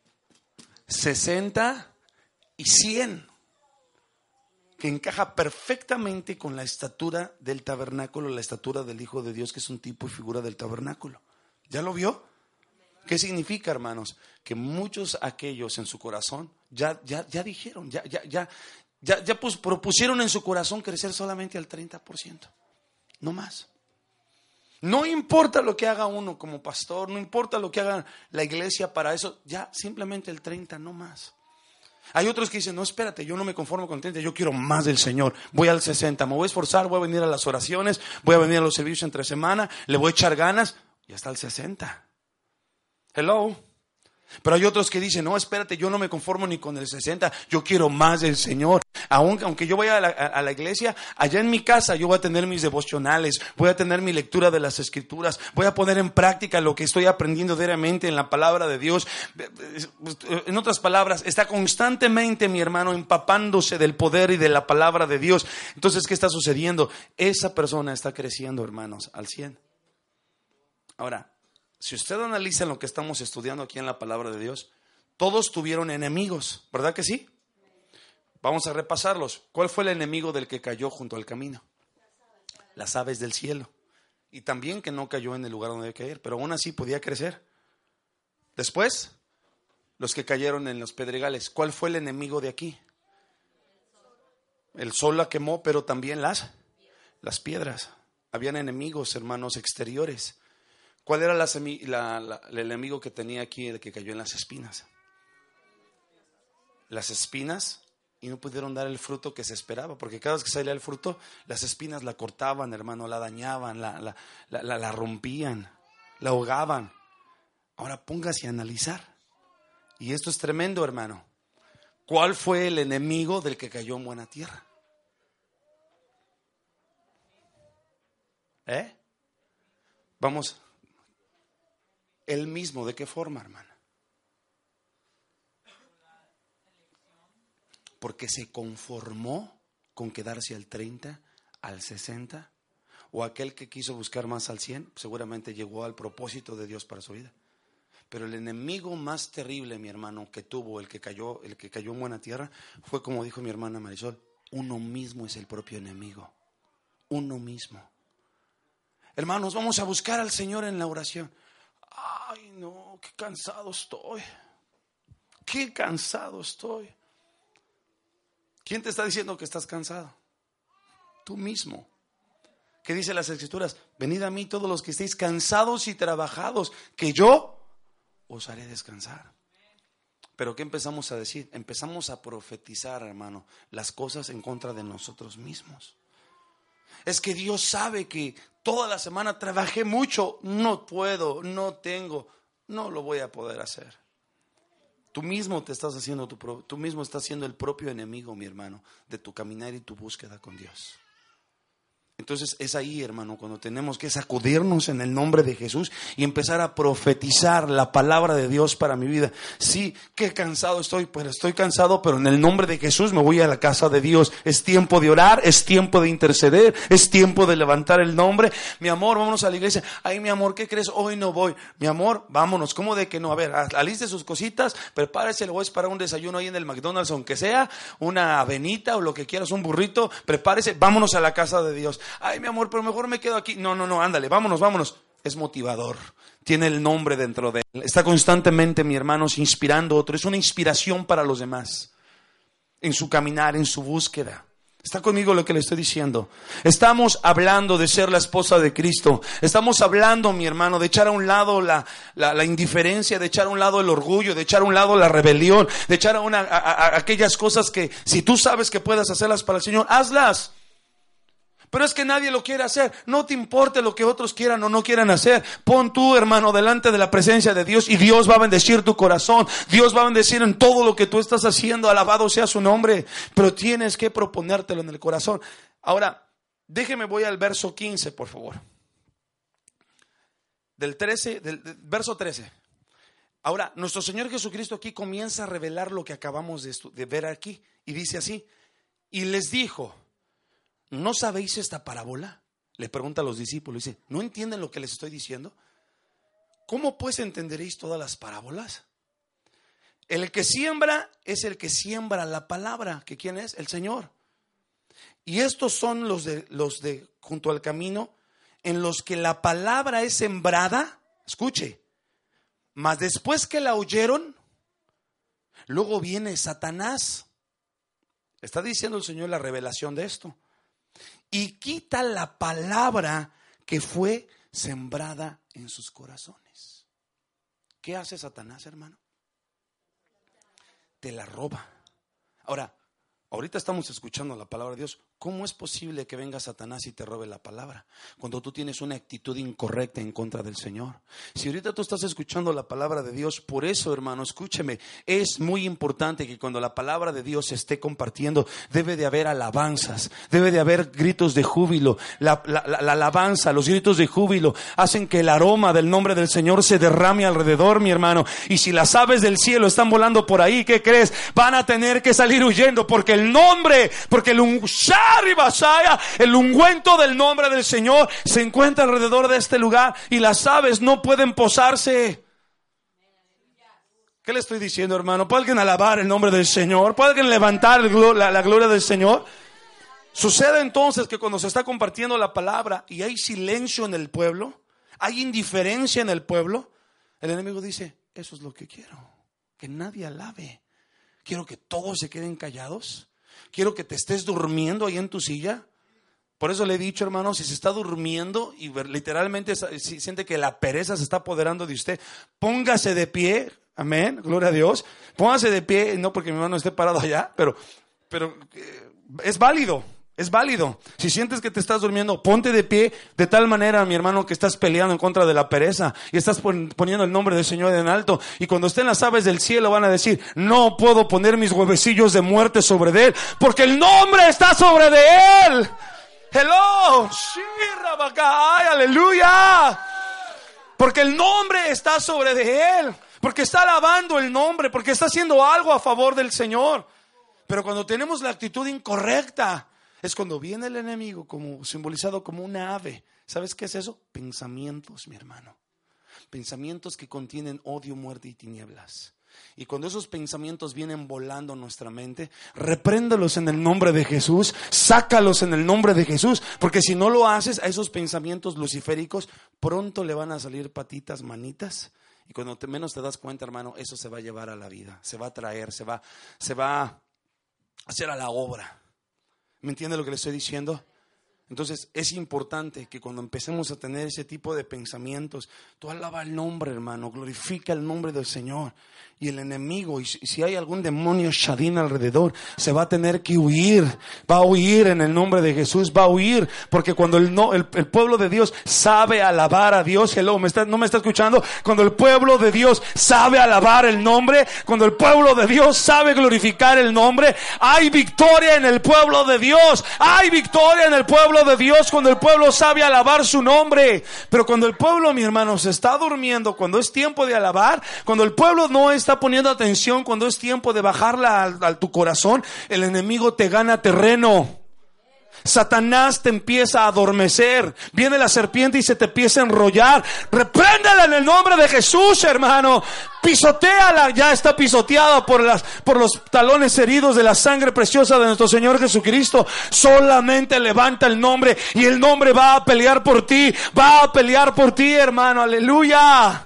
sesenta y cien. Que encaja perfectamente con la estatura del tabernáculo, la estatura del Hijo de Dios, que es un tipo y figura del tabernáculo. ¿Ya lo vio? ¿Qué significa, hermanos? Que muchos aquellos en su corazón ya, ya, ya dijeron, ya, ya, ya, Ya, ya pues, propusieron en su corazón crecer solamente al treinta por ciento. No más. No importa lo que haga uno como pastor, no importa lo que haga la iglesia para eso, ya simplemente el treinta, no más. Hay otros que dicen, no, espérate, yo no me conformo con treinta, yo quiero más del Señor. Voy al sesenta, me voy a esforzar, voy a venir a las oraciones, voy a venir a los servicios entre semana, le voy a echar ganas, y hasta el sesenta. Hello. Pero hay otros que dicen, no, espérate, yo no me conformo ni con el sesenta, yo quiero más del Señor. Aunque, aunque yo vaya a la, a la iglesia, allá en mi casa yo voy a tener mis devocionales, voy a tener mi lectura de las Escrituras, voy a poner en práctica lo que estoy aprendiendo diariamente en la palabra de Dios. En otras palabras, está constantemente mi hermano empapándose del poder y de la palabra de Dios. Entonces, ¿qué está sucediendo? Esa persona está creciendo, hermanos, al cien. Ahora, si usted analiza lo que estamos estudiando aquí en la palabra de Dios, todos tuvieron enemigos, ¿verdad que sí? Vamos a repasarlos. ¿Cuál fue el enemigo del que cayó junto al camino? Las aves del cielo. Y también que no cayó en el lugar donde debe caer, pero aún así podía crecer. Después, los que cayeron en los pedregales. ¿Cuál fue el enemigo de aquí? El sol la quemó, pero también las, las piedras. Habían enemigos, hermanos, exteriores. ¿Cuál era la semi, la, la, el enemigo que tenía aquí, el que cayó en las espinas? Las espinas, y no pudieron dar el fruto que se esperaba, porque cada vez que salía el fruto, las espinas la cortaban, hermano, la dañaban, la, la, la, la, la rompían, la ahogaban. Ahora póngase a analizar, y esto es tremendo, hermano. ¿Cuál fue el enemigo del que cayó en buena tierra? ¿Eh? Vamos. Él mismo, ¿de qué forma, hermana? Porque se conformó con quedarse al treinta, al sesenta, o aquel que quiso buscar más al cien, seguramente llegó al propósito de Dios para su vida. Pero el enemigo más terrible, mi hermano, que tuvo el que cayó, el que cayó en buena tierra, fue como dijo mi hermana Marisol, uno mismo es el propio enemigo, uno mismo. Hermanos, vamos a buscar al Señor en la oración. Ay, no, qué cansado estoy. Qué cansado estoy. ¿Quién te está diciendo que estás cansado? Tú mismo. ¿Qué dice las Escrituras? Venid a mí todos los que estéis cansados y trabajados, que yo os haré descansar. Pero ¿qué empezamos a decir? Empezamos a profetizar, hermano, las cosas en contra de nosotros mismos. Es que Dios sabe que toda la semana trabajé mucho, no puedo, no tengo, no lo voy a poder hacer. Tú mismo te estás haciendo, tu, tú mismo estás siendo el propio enemigo, mi hermano, de tu caminar y tu búsqueda con Dios. Entonces es ahí, hermano, cuando tenemos que sacudirnos en el nombre de Jesús y empezar a profetizar la palabra de Dios para mi vida. Sí, qué cansado estoy, pero estoy cansado, pero en el nombre de Jesús me voy a la casa de Dios. Es tiempo de orar, es tiempo de interceder, es tiempo de levantar el nombre. Mi amor, vámonos a la iglesia. Ay, mi amor, ¿qué crees? Hoy no voy. Mi amor, vámonos. ¿Cómo de que no? A ver, aliste sus cositas, prepárese, le voy a esperar un desayuno ahí en el McDonald's, aunque sea una avenita o lo que quieras, un burrito, prepárese, vámonos a la casa de Dios. Ay, mi amor, pero mejor me quedo aquí. No, no, no, ándale, vámonos, vámonos. Es motivador. Tiene el nombre dentro de él. Está constantemente, mi hermano, inspirando a otro. Es una inspiración para los demás. En su caminar, en su búsqueda. ¿Está conmigo lo que le estoy diciendo? Estamos hablando de ser la esposa de Cristo. Estamos hablando, mi hermano, de echar a un lado la, la, la indiferencia, de echar a un lado el orgullo, de echar a un lado la rebelión, de echar a, una, a, a aquellas cosas que si tú sabes que puedas hacerlas para el Señor, hazlas. Pero es que nadie lo quiere hacer. No te importe lo que otros quieran o no quieran hacer. Pon tú, hermano, delante de la presencia de Dios y Dios va a bendecir tu corazón. Dios va a bendecir en todo lo que tú estás haciendo. Alabado sea su nombre. Pero tienes que proponértelo en el corazón. Ahora, déjeme, voy al verso quince, por favor. Del trece, del, del verso trece. Ahora, nuestro Señor Jesucristo aquí comienza a revelar lo que acabamos de, de ver aquí. Y dice así: y les dijo, ¿no sabéis esta parábola? Le pregunta a los discípulos, dice, ¿no entienden lo que les estoy diciendo? ¿Cómo pues entenderéis todas las parábolas? El que siembra es el que siembra la palabra, que ¿quién es? El Señor. Y estos son los de, los de junto al camino, en los que la palabra es sembrada, escuche, mas después que la oyeron, luego viene Satanás Está diciendo el Señor la revelación de esto. Y quita la palabra que fue sembrada en sus corazones. ¿Qué hace Satanás, hermano? Te la roba. Ahora, ahorita estamos escuchando la palabra de Dios. ¿Cómo es posible que venga Satanás y te robe la palabra cuando tú tienes una actitud incorrecta en contra del Señor? Si ahorita tú estás escuchando la palabra de Dios, por eso, hermano, escúcheme, es muy importante que cuando la palabra de Dios se esté compartiendo, debe de haber alabanzas, debe de haber gritos de júbilo. La, la, la, la alabanza, los gritos de júbilo hacen que el aroma del nombre del Señor se derrame alrededor, mi hermano. Y si las aves del cielo están volando por ahí, ¿qué crees? Van a tener que salir huyendo, porque el nombre, porque el ungushá, el ungüento del nombre del Señor se encuentra alrededor de este lugar y las aves no pueden posarse. ¿Qué le estoy diciendo, hermano? ¿Puede alguien alabar el nombre del Señor? ¿Puede alguien levantar la, la gloria del Señor? Sucede entonces que cuando se está compartiendo la palabra y hay silencio en el pueblo, hay indiferencia en el pueblo, el enemigo dice: eso es lo que quiero, que nadie alabe. Quiero que todos se queden callados. Quiero que te estés durmiendo ahí en tu silla. Por eso le he dicho, hermano, si se está durmiendo y literalmente si siente que la pereza se está apoderando de usted, póngase de pie. Amén, gloria a Dios. Póngase de pie, no porque mi hermano esté parado allá, pero, pero eh, es válido. Es válido. Si sientes que te estás durmiendo, ponte de pie de tal manera, mi hermano, que estás peleando en contra de la pereza y estás poniendo el nombre del Señor en alto. Y cuando estén las aves del cielo van a decir: no puedo poner mis huevecillos de muerte sobre de él, porque el nombre está sobre de él. Hello, ay, aleluya. Porque el nombre está sobre de él, porque está alabando el nombre, porque está haciendo algo a favor del Señor. Pero cuando tenemos la actitud incorrecta, es cuando viene el enemigo, como simbolizado como una ave. ¿Sabes qué es eso? Pensamientos, mi hermano. Pensamientos que contienen odio, muerte y tinieblas. Y cuando esos pensamientos vienen volando a nuestra mente, repréndelos en el nombre de Jesús, sácalos en el nombre de Jesús, porque si no lo haces, a esos pensamientos luciféricos pronto le van a salir patitas, manitas, y cuando te, menos te das cuenta, hermano, eso se va a llevar a la vida, se va a traer, se va, se va a hacer a la obra. ¿Me entiende lo que le estoy diciendo? Entonces es importante que cuando empecemos a tener ese tipo de pensamientos, tú alaba el nombre, hermano, glorifica el nombre del Señor. Y el enemigo, y si hay algún demonio shadín alrededor, se va a tener que huir, va a huir en el nombre de Jesús, va a huir, porque cuando el, no, el, el pueblo de Dios sabe alabar a Dios, hello, ¿me está, no me está escuchando? Cuando el pueblo de Dios sabe alabar el nombre, cuando el pueblo de Dios sabe glorificar el nombre, hay victoria en el pueblo de Dios, hay victoria en el pueblo de Dios cuando el pueblo sabe alabar su nombre. Pero cuando el pueblo, mi hermano, se está durmiendo, cuando es tiempo de alabar, cuando el pueblo no está poniendo atención, cuando es tiempo de bajarla a, a tu corazón, el enemigo te gana terreno. Satanás te empieza a adormecer, viene la serpiente y se te empieza a enrollar. Repréndela en el nombre de Jesús, hermano. Pisotéala, ya está pisoteada por las, por los talones heridos de la sangre preciosa de nuestro Señor Jesucristo. Solamente levanta el nombre y el nombre va a pelear por ti, va a pelear por ti, hermano, aleluya.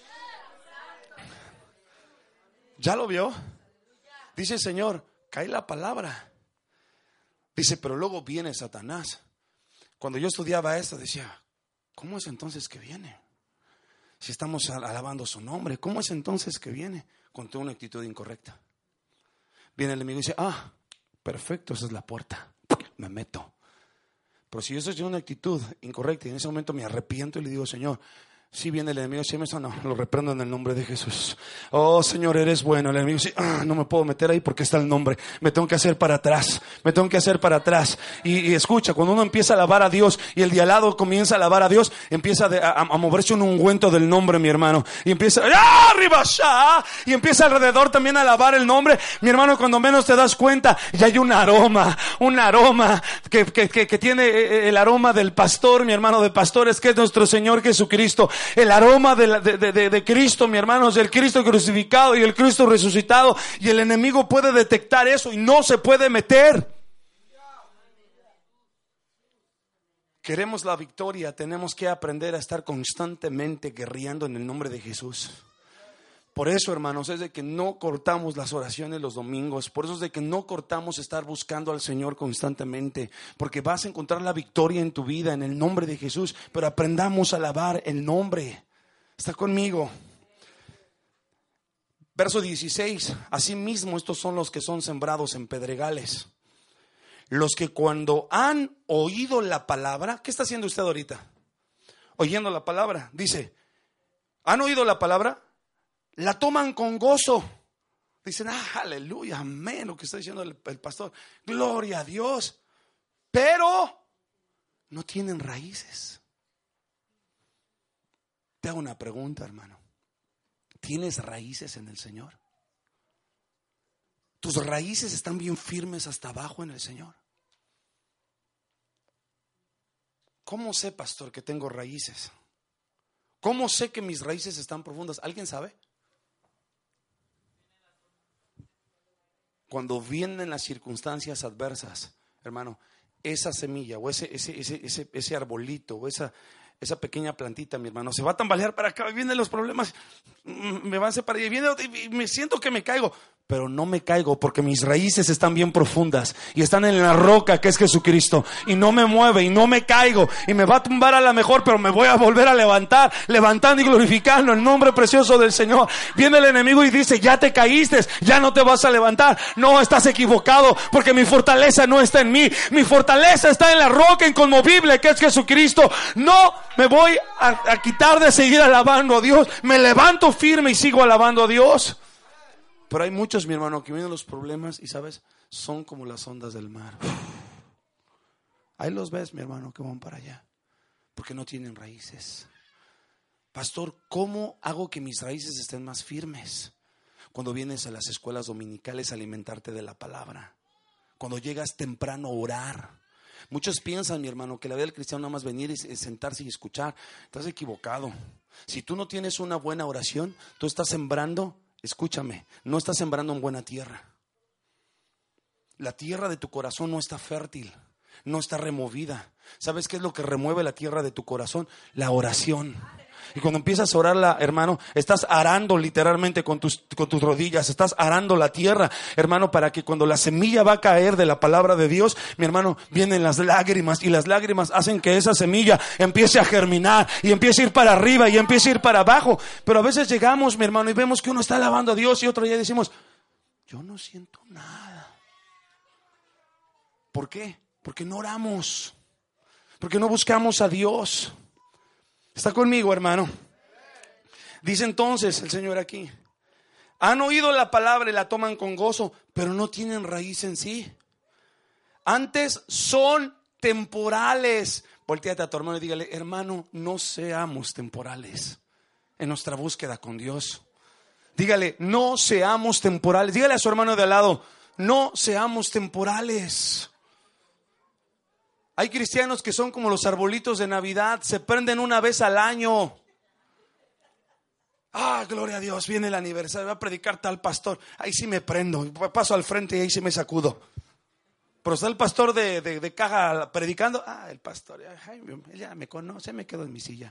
¿Ya lo vio? Dice el Señor, cae la palabra. Dice, pero luego viene Satanás. Cuando yo estudiaba esto decía, ¿cómo es entonces que viene? Si estamos alabando su nombre, ¿cómo es entonces que viene? Con toda una actitud incorrecta. Viene el enemigo y dice, ah, perfecto, esa es la puerta, me meto. Pero si yo estoy en una actitud incorrecta y en ese momento me arrepiento y le digo, Señor, si viene el enemigo, si me eso no, lo reprendo en el nombre de Jesús. Oh Señor, eres bueno. El enemigo dice, ah, no me puedo meter ahí porque está el nombre. Me tengo que hacer para atrás. Me tengo que hacer para atrás. Y, y escucha, cuando uno empieza a alabar a Dios y el de al lado comienza a alabar a Dios, empieza a, a, a moverse un ungüento del nombre, mi hermano. Y empieza, ¡ah, arriba, ya! Y empieza alrededor también a alabar el nombre. Mi hermano, cuando menos te das cuenta, ya hay un aroma, un aroma que, que, que, que tiene el aroma del pastor, mi hermano, de pastores, que es nuestro Señor Jesucristo. El aroma de, la, de, de, de Cristo, mi hermano, es el Cristo crucificado y el Cristo resucitado. Y el enemigo puede detectar eso y no se puede meter. Queremos la victoria, tenemos que aprender a estar constantemente guerreando en el nombre de Jesús. Por eso, hermanos, es de que no cortamos las oraciones los domingos. Por eso es de que no cortamos estar buscando al Señor constantemente. Porque vas a encontrar la victoria en tu vida en el nombre de Jesús. Pero aprendamos a alabar el nombre. ¿Está conmigo? Verso dieciséis. Asimismo, estos son los que son sembrados en pedregales. Los que cuando han oído la palabra. ¿Qué está haciendo usted ahorita? Oyendo la palabra. Dice, ¿han oído la palabra? La toman con gozo. Dicen, ah, aleluya, amén, lo que está diciendo el, el pastor. Gloria a Dios. Pero no tienen raíces. Te hago una pregunta, hermano. ¿Tienes raíces en el Señor? ¿Tus raíces están bien firmes hasta abajo en el Señor? ¿Cómo sé, pastor, que tengo raíces? ¿Cómo sé que mis raíces están profundas? ¿Alguien sabe? Cuando vienen las circunstancias adversas, hermano, esa semilla o ese, ese, ese, ese, ese arbolito o esa, esa pequeña plantita, mi hermano, se va a tambalear para acá, vienen los problemas, me van a separar y viene, y me siento que me caigo. Pero no me caigo porque mis raíces están bien profundas y están en la roca que es Jesucristo, y no me mueve y no me caigo y me va a tumbar a la mejor, pero me voy a volver a levantar, levantando y glorificando el nombre precioso del Señor. Viene el enemigo y dice, ya te caíste, ya no te vas a levantar. No, estás equivocado, porque mi fortaleza no está en mí, mi fortaleza está en la roca inconmovible que es Jesucristo. No me voy a, a quitar de seguir alabando a Dios, me levanto firme y sigo alabando a Dios. Pero hay muchos, mi hermano, que vienen los problemas y, ¿sabes? Son como las ondas del mar. Ahí los ves, mi hermano, que van para allá. Porque no tienen raíces. Pastor, ¿cómo hago que mis raíces estén más firmes? Cuando vienes a las escuelas dominicales a alimentarte de la palabra. Cuando llegas temprano a orar. Muchos piensan, mi hermano, que la vida del cristiano nada más venir y sentarse y escuchar. Estás equivocado. Si tú no tienes una buena oración, tú estás sembrando. Escúchame, no estás sembrando en buena tierra. La tierra de tu corazón no está fértil, no está removida. ¿Sabes qué es lo que remueve la tierra de tu corazón? La oración. Y cuando empiezas a orarla, hermano, estás arando literalmente con tus, con tus rodillas, estás arando la tierra, hermano, para que cuando la semilla va a caer de la palabra de Dios, mi hermano, vienen las lágrimas, y las lágrimas hacen que esa semilla empiece a germinar y empiece a ir para arriba y empiece a ir para abajo. Pero a veces llegamos, mi hermano, y vemos que uno está alabando a Dios y otro día decimos, yo no siento nada. ¿Por qué? Porque no oramos, porque no buscamos a Dios. ¿Está conmigo, hermano? Dice entonces el Señor aquí, han oído la palabra y la toman con gozo, pero no tienen raíz en sí. Antes son temporales. Voltéate a tu hermano y dígale, hermano, no seamos temporales en nuestra búsqueda con Dios. Dígale, no seamos temporales. Dígale a su hermano de al lado, no seamos temporales. Hay cristianos que son como los arbolitos de Navidad, se prenden una vez al año. Ah, gloria a Dios, viene el aniversario, va a predicar tal pastor. Ahí sí me prendo, paso al frente y ahí sí me sacudo. Pero está el pastor de, de, de caja predicando. Ah, el pastor, ay, él ya me conoce, me quedo en mi silla.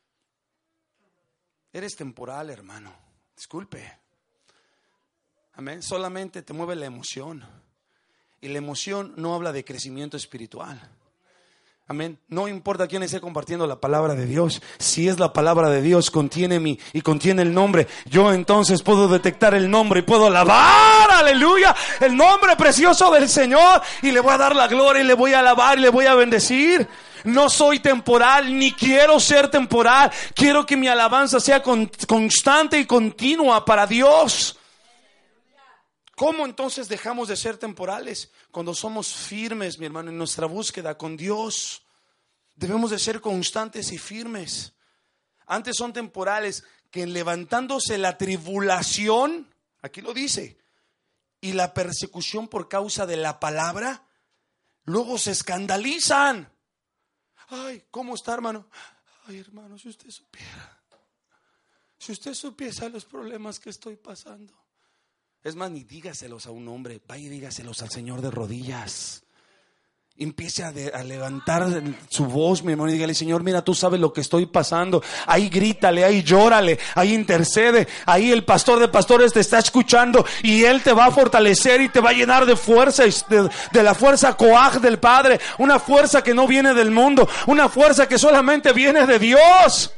Eres temporal, hermano, disculpe. Amén, solamente te mueve la emoción. Y la emoción no habla de crecimiento espiritual. Amén. No importa quién esté compartiendo la palabra de Dios. Si es la palabra de Dios, contiene mi y contiene el nombre. Yo entonces puedo detectar el nombre y puedo alabar, aleluya, el nombre precioso del Señor. Y le voy a dar la gloria y le voy a alabar y le voy a bendecir. No soy temporal, ni quiero ser temporal. Quiero que mi alabanza sea con, constante y continua para Dios. ¿Cómo entonces dejamos de ser temporales? Cuando somos firmes, mi hermano, en nuestra búsqueda con Dios. Debemos de ser constantes y firmes. Antes son temporales, que levantándose la tribulación, aquí lo dice, y la persecución por causa de la palabra, luego se escandalizan. Ay, ¿cómo está, hermano? Ay, hermano, si usted supiera, si usted supiese los problemas que estoy pasando. Es más, ni dígaselos a un hombre, vaya y dígaselos al Señor de rodillas. Empiece a, de, a levantar su voz, mi hermano, y dígale: Señor, mira, tú sabes lo que estoy pasando. Ahí grítale, ahí llórale, ahí intercede. Ahí el pastor de pastores te está escuchando y Él te va a fortalecer y te va a llenar de fuerza, de, de la fuerza coaj del Padre. Una fuerza que no viene del mundo, una fuerza que solamente viene de Dios.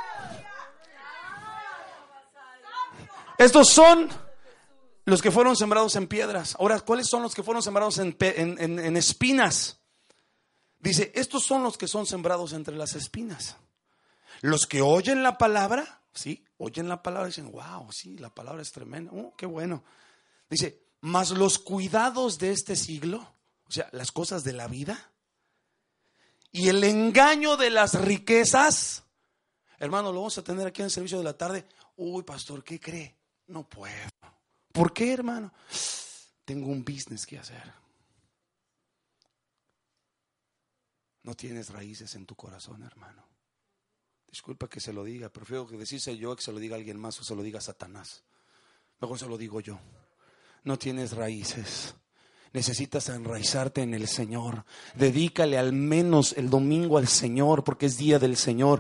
Estos son los que fueron sembrados en piedras. Ahora, ¿cuáles son los que fueron sembrados en, en, en, en espinas? Dice, estos son los que son sembrados entre las espinas. Los que oyen la palabra, sí, oyen la palabra y dicen: wow, sí, la palabra es tremenda, oh, qué bueno. Dice, mas los cuidados de este siglo, o sea, las cosas de la vida y el engaño de las riquezas. Hermano, lo vamos a tener aquí en el servicio de la tarde. Uy, pastor, ¿qué cree? No puedo. ¿Por qué, hermano? Tengo un business que hacer. No tienes raíces en tu corazón, hermano. Disculpa que se lo diga, prefiero que decirse yo que se lo diga a alguien más o se lo diga a Satanás. Mejor se lo digo yo. No tienes raíces. Necesitas enraizarte en el Señor. Dedícale al menos el domingo al Señor, porque es día del Señor.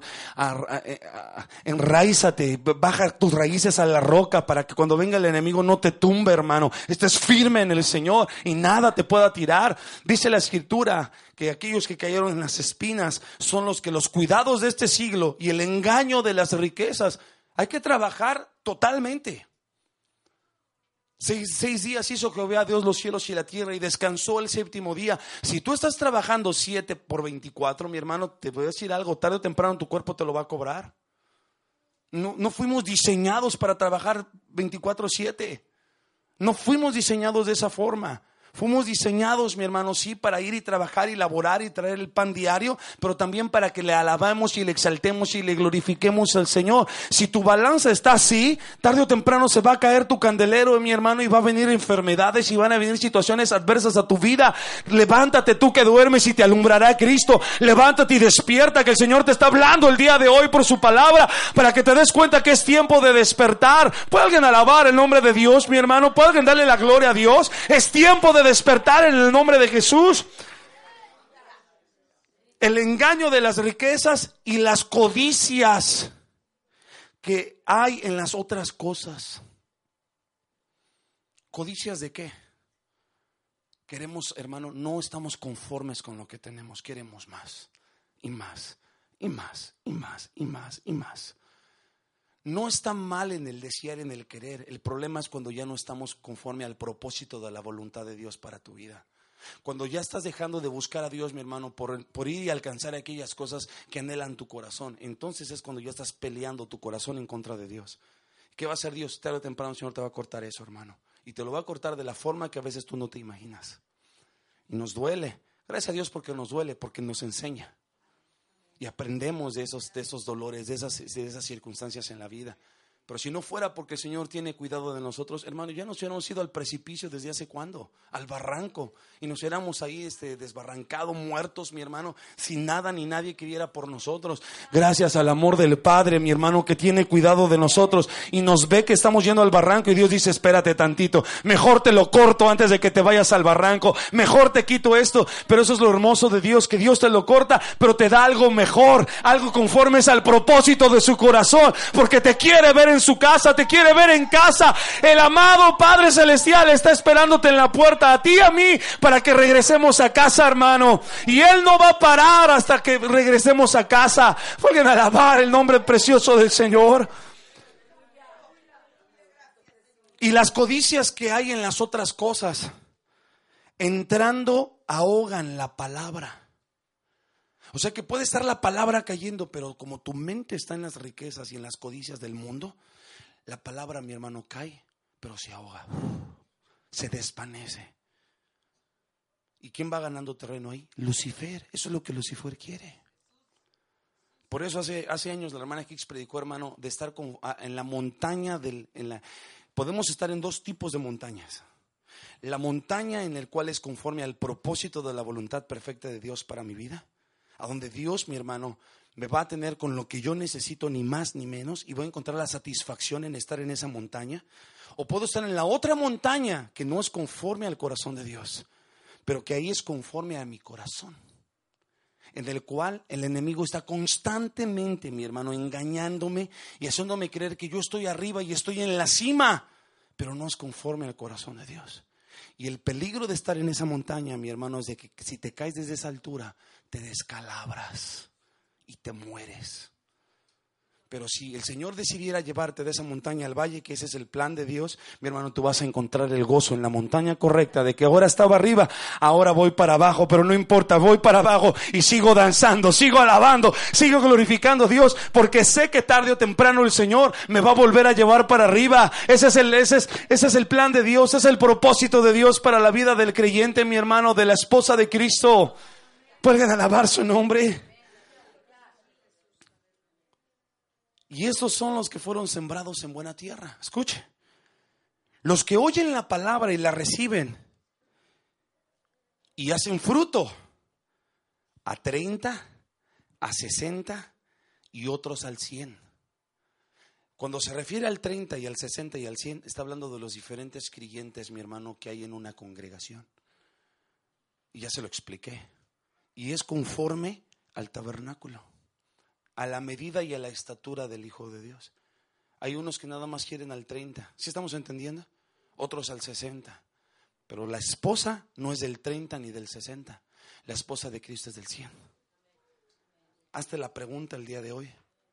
Enraízate, baja tus raíces a la roca para que cuando venga el enemigo no te tumbe, hermano. Estés firme en el Señor y nada te pueda tirar. Dice la Escritura que aquellos que cayeron en las espinas son los que los cuidados de este siglo y el engaño de las riquezas. Hay que trabajar totalmente. Seis, seis días hizo Jehová Dios los cielos y la tierra y descansó el séptimo día. Si tú estás trabajando siete por veinticuatro, mi hermano, te voy a decir algo: tarde o temprano tu cuerpo te lo va a cobrar. No, no fuimos diseñados para trabajar veinticuatro siete. No fuimos diseñados de esa forma. Fuimos diseñados, mi hermano, sí, para ir y trabajar y laborar y traer el pan diario, pero también para que le alabemos y le exaltemos y le glorifiquemos al Señor. Si tu balanza está así, tarde o temprano se va a caer tu candelero, mi hermano, y va a venir enfermedades y van a venir situaciones adversas a tu vida. Levántate tú que duermes y te alumbrará Cristo. Levántate y despierta, que el Señor te está hablando el día de hoy por su palabra, para que te des cuenta que es tiempo de despertar. ¿Puede alguien alabar el nombre de Dios, mi hermano? ¿Puede alguien darle la gloria a Dios? Es tiempo de despertar en el nombre de Jesús. El engaño de las riquezas y las codicias que hay en las otras cosas. ¿Codicias de qué? Queremos, hermano, no estamos conformes con lo que tenemos, queremos más y más y más y más y más y más. No está mal en el desear, en el querer. El problema es cuando ya no estamos conforme al propósito de la voluntad de Dios para tu vida. Cuando ya estás dejando de buscar a Dios, mi hermano, por, por ir y alcanzar aquellas cosas que anhelan tu corazón. Entonces es cuando ya estás peleando tu corazón en contra de Dios. ¿Qué va a hacer Dios? Tarde o temprano el Señor te va a cortar eso, hermano. Y te lo va a cortar de la forma que a veces tú no te imaginas. Y nos duele. Gracias a Dios porque nos duele, porque nos enseña. Y aprendemos de esos, de esos dolores, de esas, de esas circunstancias en la vida. Pero si no fuera porque el Señor tiene cuidado de nosotros, hermano, ya nos hubiéramos ido al precipicio desde hace cuándo, al barranco, y nos hubiéramos ahí este, desbarrancado, muertos, mi hermano, sin nada ni nadie que viera por nosotros. Gracias al amor del Padre, mi hermano, que tiene cuidado de nosotros y nos ve que estamos yendo al barranco y Dios dice: espérate tantito, mejor te lo corto antes de que te vayas al barranco, mejor te quito esto. Pero eso es lo hermoso de Dios, que Dios te lo corta, pero te da algo mejor, algo conforme al propósito de su corazón, porque te quiere ver en su casa, te quiere ver en casa. El amado Padre Celestial está esperándote en la puerta, a ti y a mí, para que regresemos a casa, hermano. Y Él no va a parar hasta que regresemos a casa. Pueden alabar el nombre precioso del Señor. Y las codicias que hay en las otras cosas, entrando, ahogan la palabra. O sea que puede estar la palabra cayendo, pero como tu mente está en las riquezas y en las codicias del mundo, la palabra, mi hermano, cae, pero se ahoga, se desvanece. ¿Y quién va ganando terreno ahí? Lucifer. Eso es lo que Lucifer quiere. Por eso hace, hace años la hermana Hicks predicó, hermano, de estar con, en la montaña del, en la, podemos estar en dos tipos de montañas. La montaña en el cual es conforme al propósito de la voluntad perfecta de Dios para mi vida, a donde Dios, mi hermano, me va a tener con lo que yo necesito, ni más ni menos, y voy a encontrar la satisfacción en estar en esa montaña. O puedo estar en la otra montaña que no es conforme al corazón de Dios, pero que ahí es conforme a mi corazón, en el cual el enemigo está constantemente, mi hermano, engañándome y haciéndome creer que yo estoy arriba y estoy en la cima, pero no es conforme al corazón de Dios. Y el peligro de estar en esa montaña, mi hermano, es de que si te caes desde esa altura, te descalabras y te mueres. Pero si el Señor decidiera llevarte de esa montaña al valle, que ese es el plan de Dios, mi hermano, tú vas a encontrar el gozo en la montaña correcta, de que ahora estaba arriba, ahora voy para abajo, pero no importa, voy para abajo y sigo danzando, sigo alabando, sigo glorificando a Dios, porque sé que tarde o temprano el Señor me va a volver a llevar para arriba. Ese es el, ese es, ese es el plan de Dios, ese es el propósito de Dios para la vida del creyente, mi hermano, de la esposa de Cristo. Pueden alabar su nombre. Y estos son los que fueron sembrados en buena tierra. Escuche, los que oyen la palabra y la reciben y hacen fruto a treinta, a sesenta y otros al cien. Cuando se refiere al treinta y al sesenta y al cien, está hablando de los diferentes creyentes, mi hermano, que hay en una congregación. Y ya se lo expliqué. Y es conforme al tabernáculo, a la medida y a la estatura del Hijo de Dios. Hay unos que nada más quieren al treinta, ¿sí estamos entendiendo? Otros al sesenta. Pero la esposa no es del treinta ni del sesenta. La esposa de Cristo es del cien. Hazte la pregunta el día de hoy: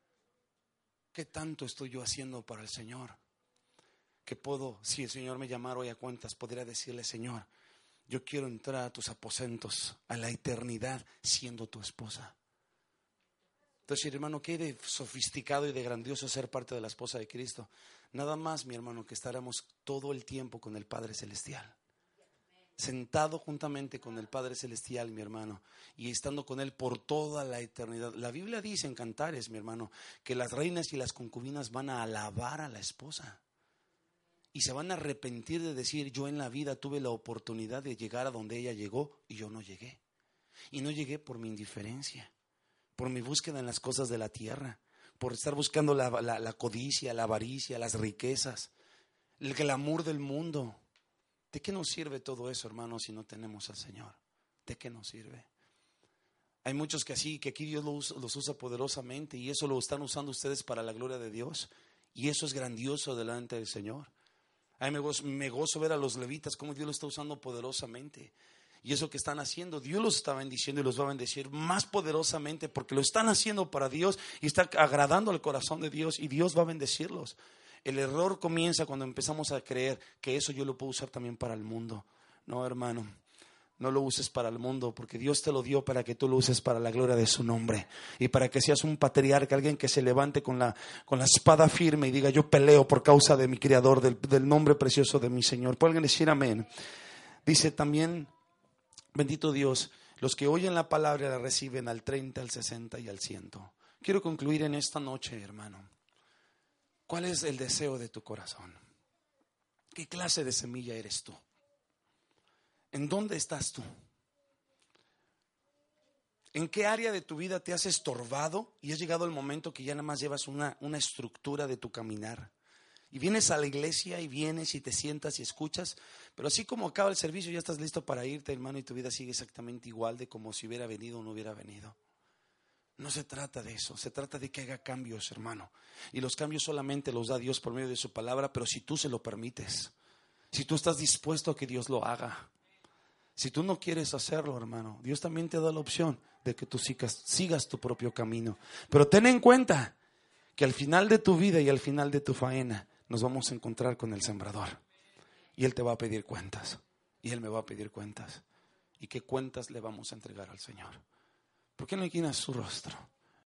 ¿qué tanto estoy yo haciendo para el Señor? Que puedo, si el Señor me llamara hoy a cuentas, podría decirle: Señor, yo quiero entrar a tus aposentos, a la eternidad, siendo tu esposa. Entonces, hermano, ¿qué de sofisticado y de grandioso ser parte de la esposa de Cristo? Nada más, mi hermano, que estaremos todo el tiempo con el Padre Celestial, sentado juntamente con el Padre Celestial, mi hermano, y estando con Él por toda la eternidad. La Biblia dice en Cantares, mi hermano, que las reinas y las concubinas van a alabar a la esposa y se van a arrepentir de decir: yo en la vida tuve la oportunidad de llegar a donde ella llegó y yo no llegué. Y no llegué por mi indiferencia, por mi búsqueda en las cosas de la tierra, por estar buscando la, la, la codicia, la avaricia, las riquezas, el glamour del mundo. ¿De qué nos sirve todo eso, hermano, si no tenemos al Señor? ¿De qué nos sirve? Hay muchos que así, que aquí Dios los, los usa poderosamente, y eso lo están usando ustedes para la gloria de Dios, y eso es grandioso delante del Señor. A mí me gozo, me gozo ver a los levitas cómo Dios lo está usando poderosamente. Y eso que están haciendo, Dios los está bendiciendo y los va a bendecir más poderosamente, porque lo están haciendo para Dios y está agradando al corazón de Dios, y Dios va a bendecirlos. El error comienza cuando empezamos a creer que eso yo lo puedo usar también para el mundo. No, hermano, no lo uses para el mundo, porque Dios te lo dio para que tú lo uses para la gloria de su nombre, y para que seas un patriarca, alguien que se levante con la, con la espada firme y diga: yo peleo por causa de mi Creador, del, del nombre precioso de mi Señor. ¿Pueden decir amén? Dice también, bendito Dios, los que oyen la palabra la reciben al treinta, al sesenta y al cien. Quiero concluir en esta noche, hermano. ¿Cuál es el deseo de tu corazón? ¿Qué clase de semilla eres tú? ¿En dónde estás tú? ¿En qué área de tu vida te has estorbado y has llegado el momento que ya nada más llevas una, una estructura de tu caminar? Y vienes a la iglesia y vienes y te sientas y escuchas, pero así como acaba el servicio ya estás listo para irte, hermano, y tu vida sigue exactamente igual de como si hubiera venido o no hubiera venido. No se trata de eso, se trata de que haga cambios, hermano. Y los cambios solamente los da Dios por medio de su palabra, pero si tú se lo permites, si tú estás dispuesto a que Dios lo haga. Si tú no quieres hacerlo, hermano, Dios también te da la opción de que tú sigas, sigas tu propio camino. Pero ten en cuenta que al final de tu vida y al final de tu faena nos vamos a encontrar con el sembrador, y Él te va a pedir cuentas, y Él me va a pedir cuentas. ¿Y qué cuentas le vamos a entregar al Señor? ¿Por qué no inclinas su rostro?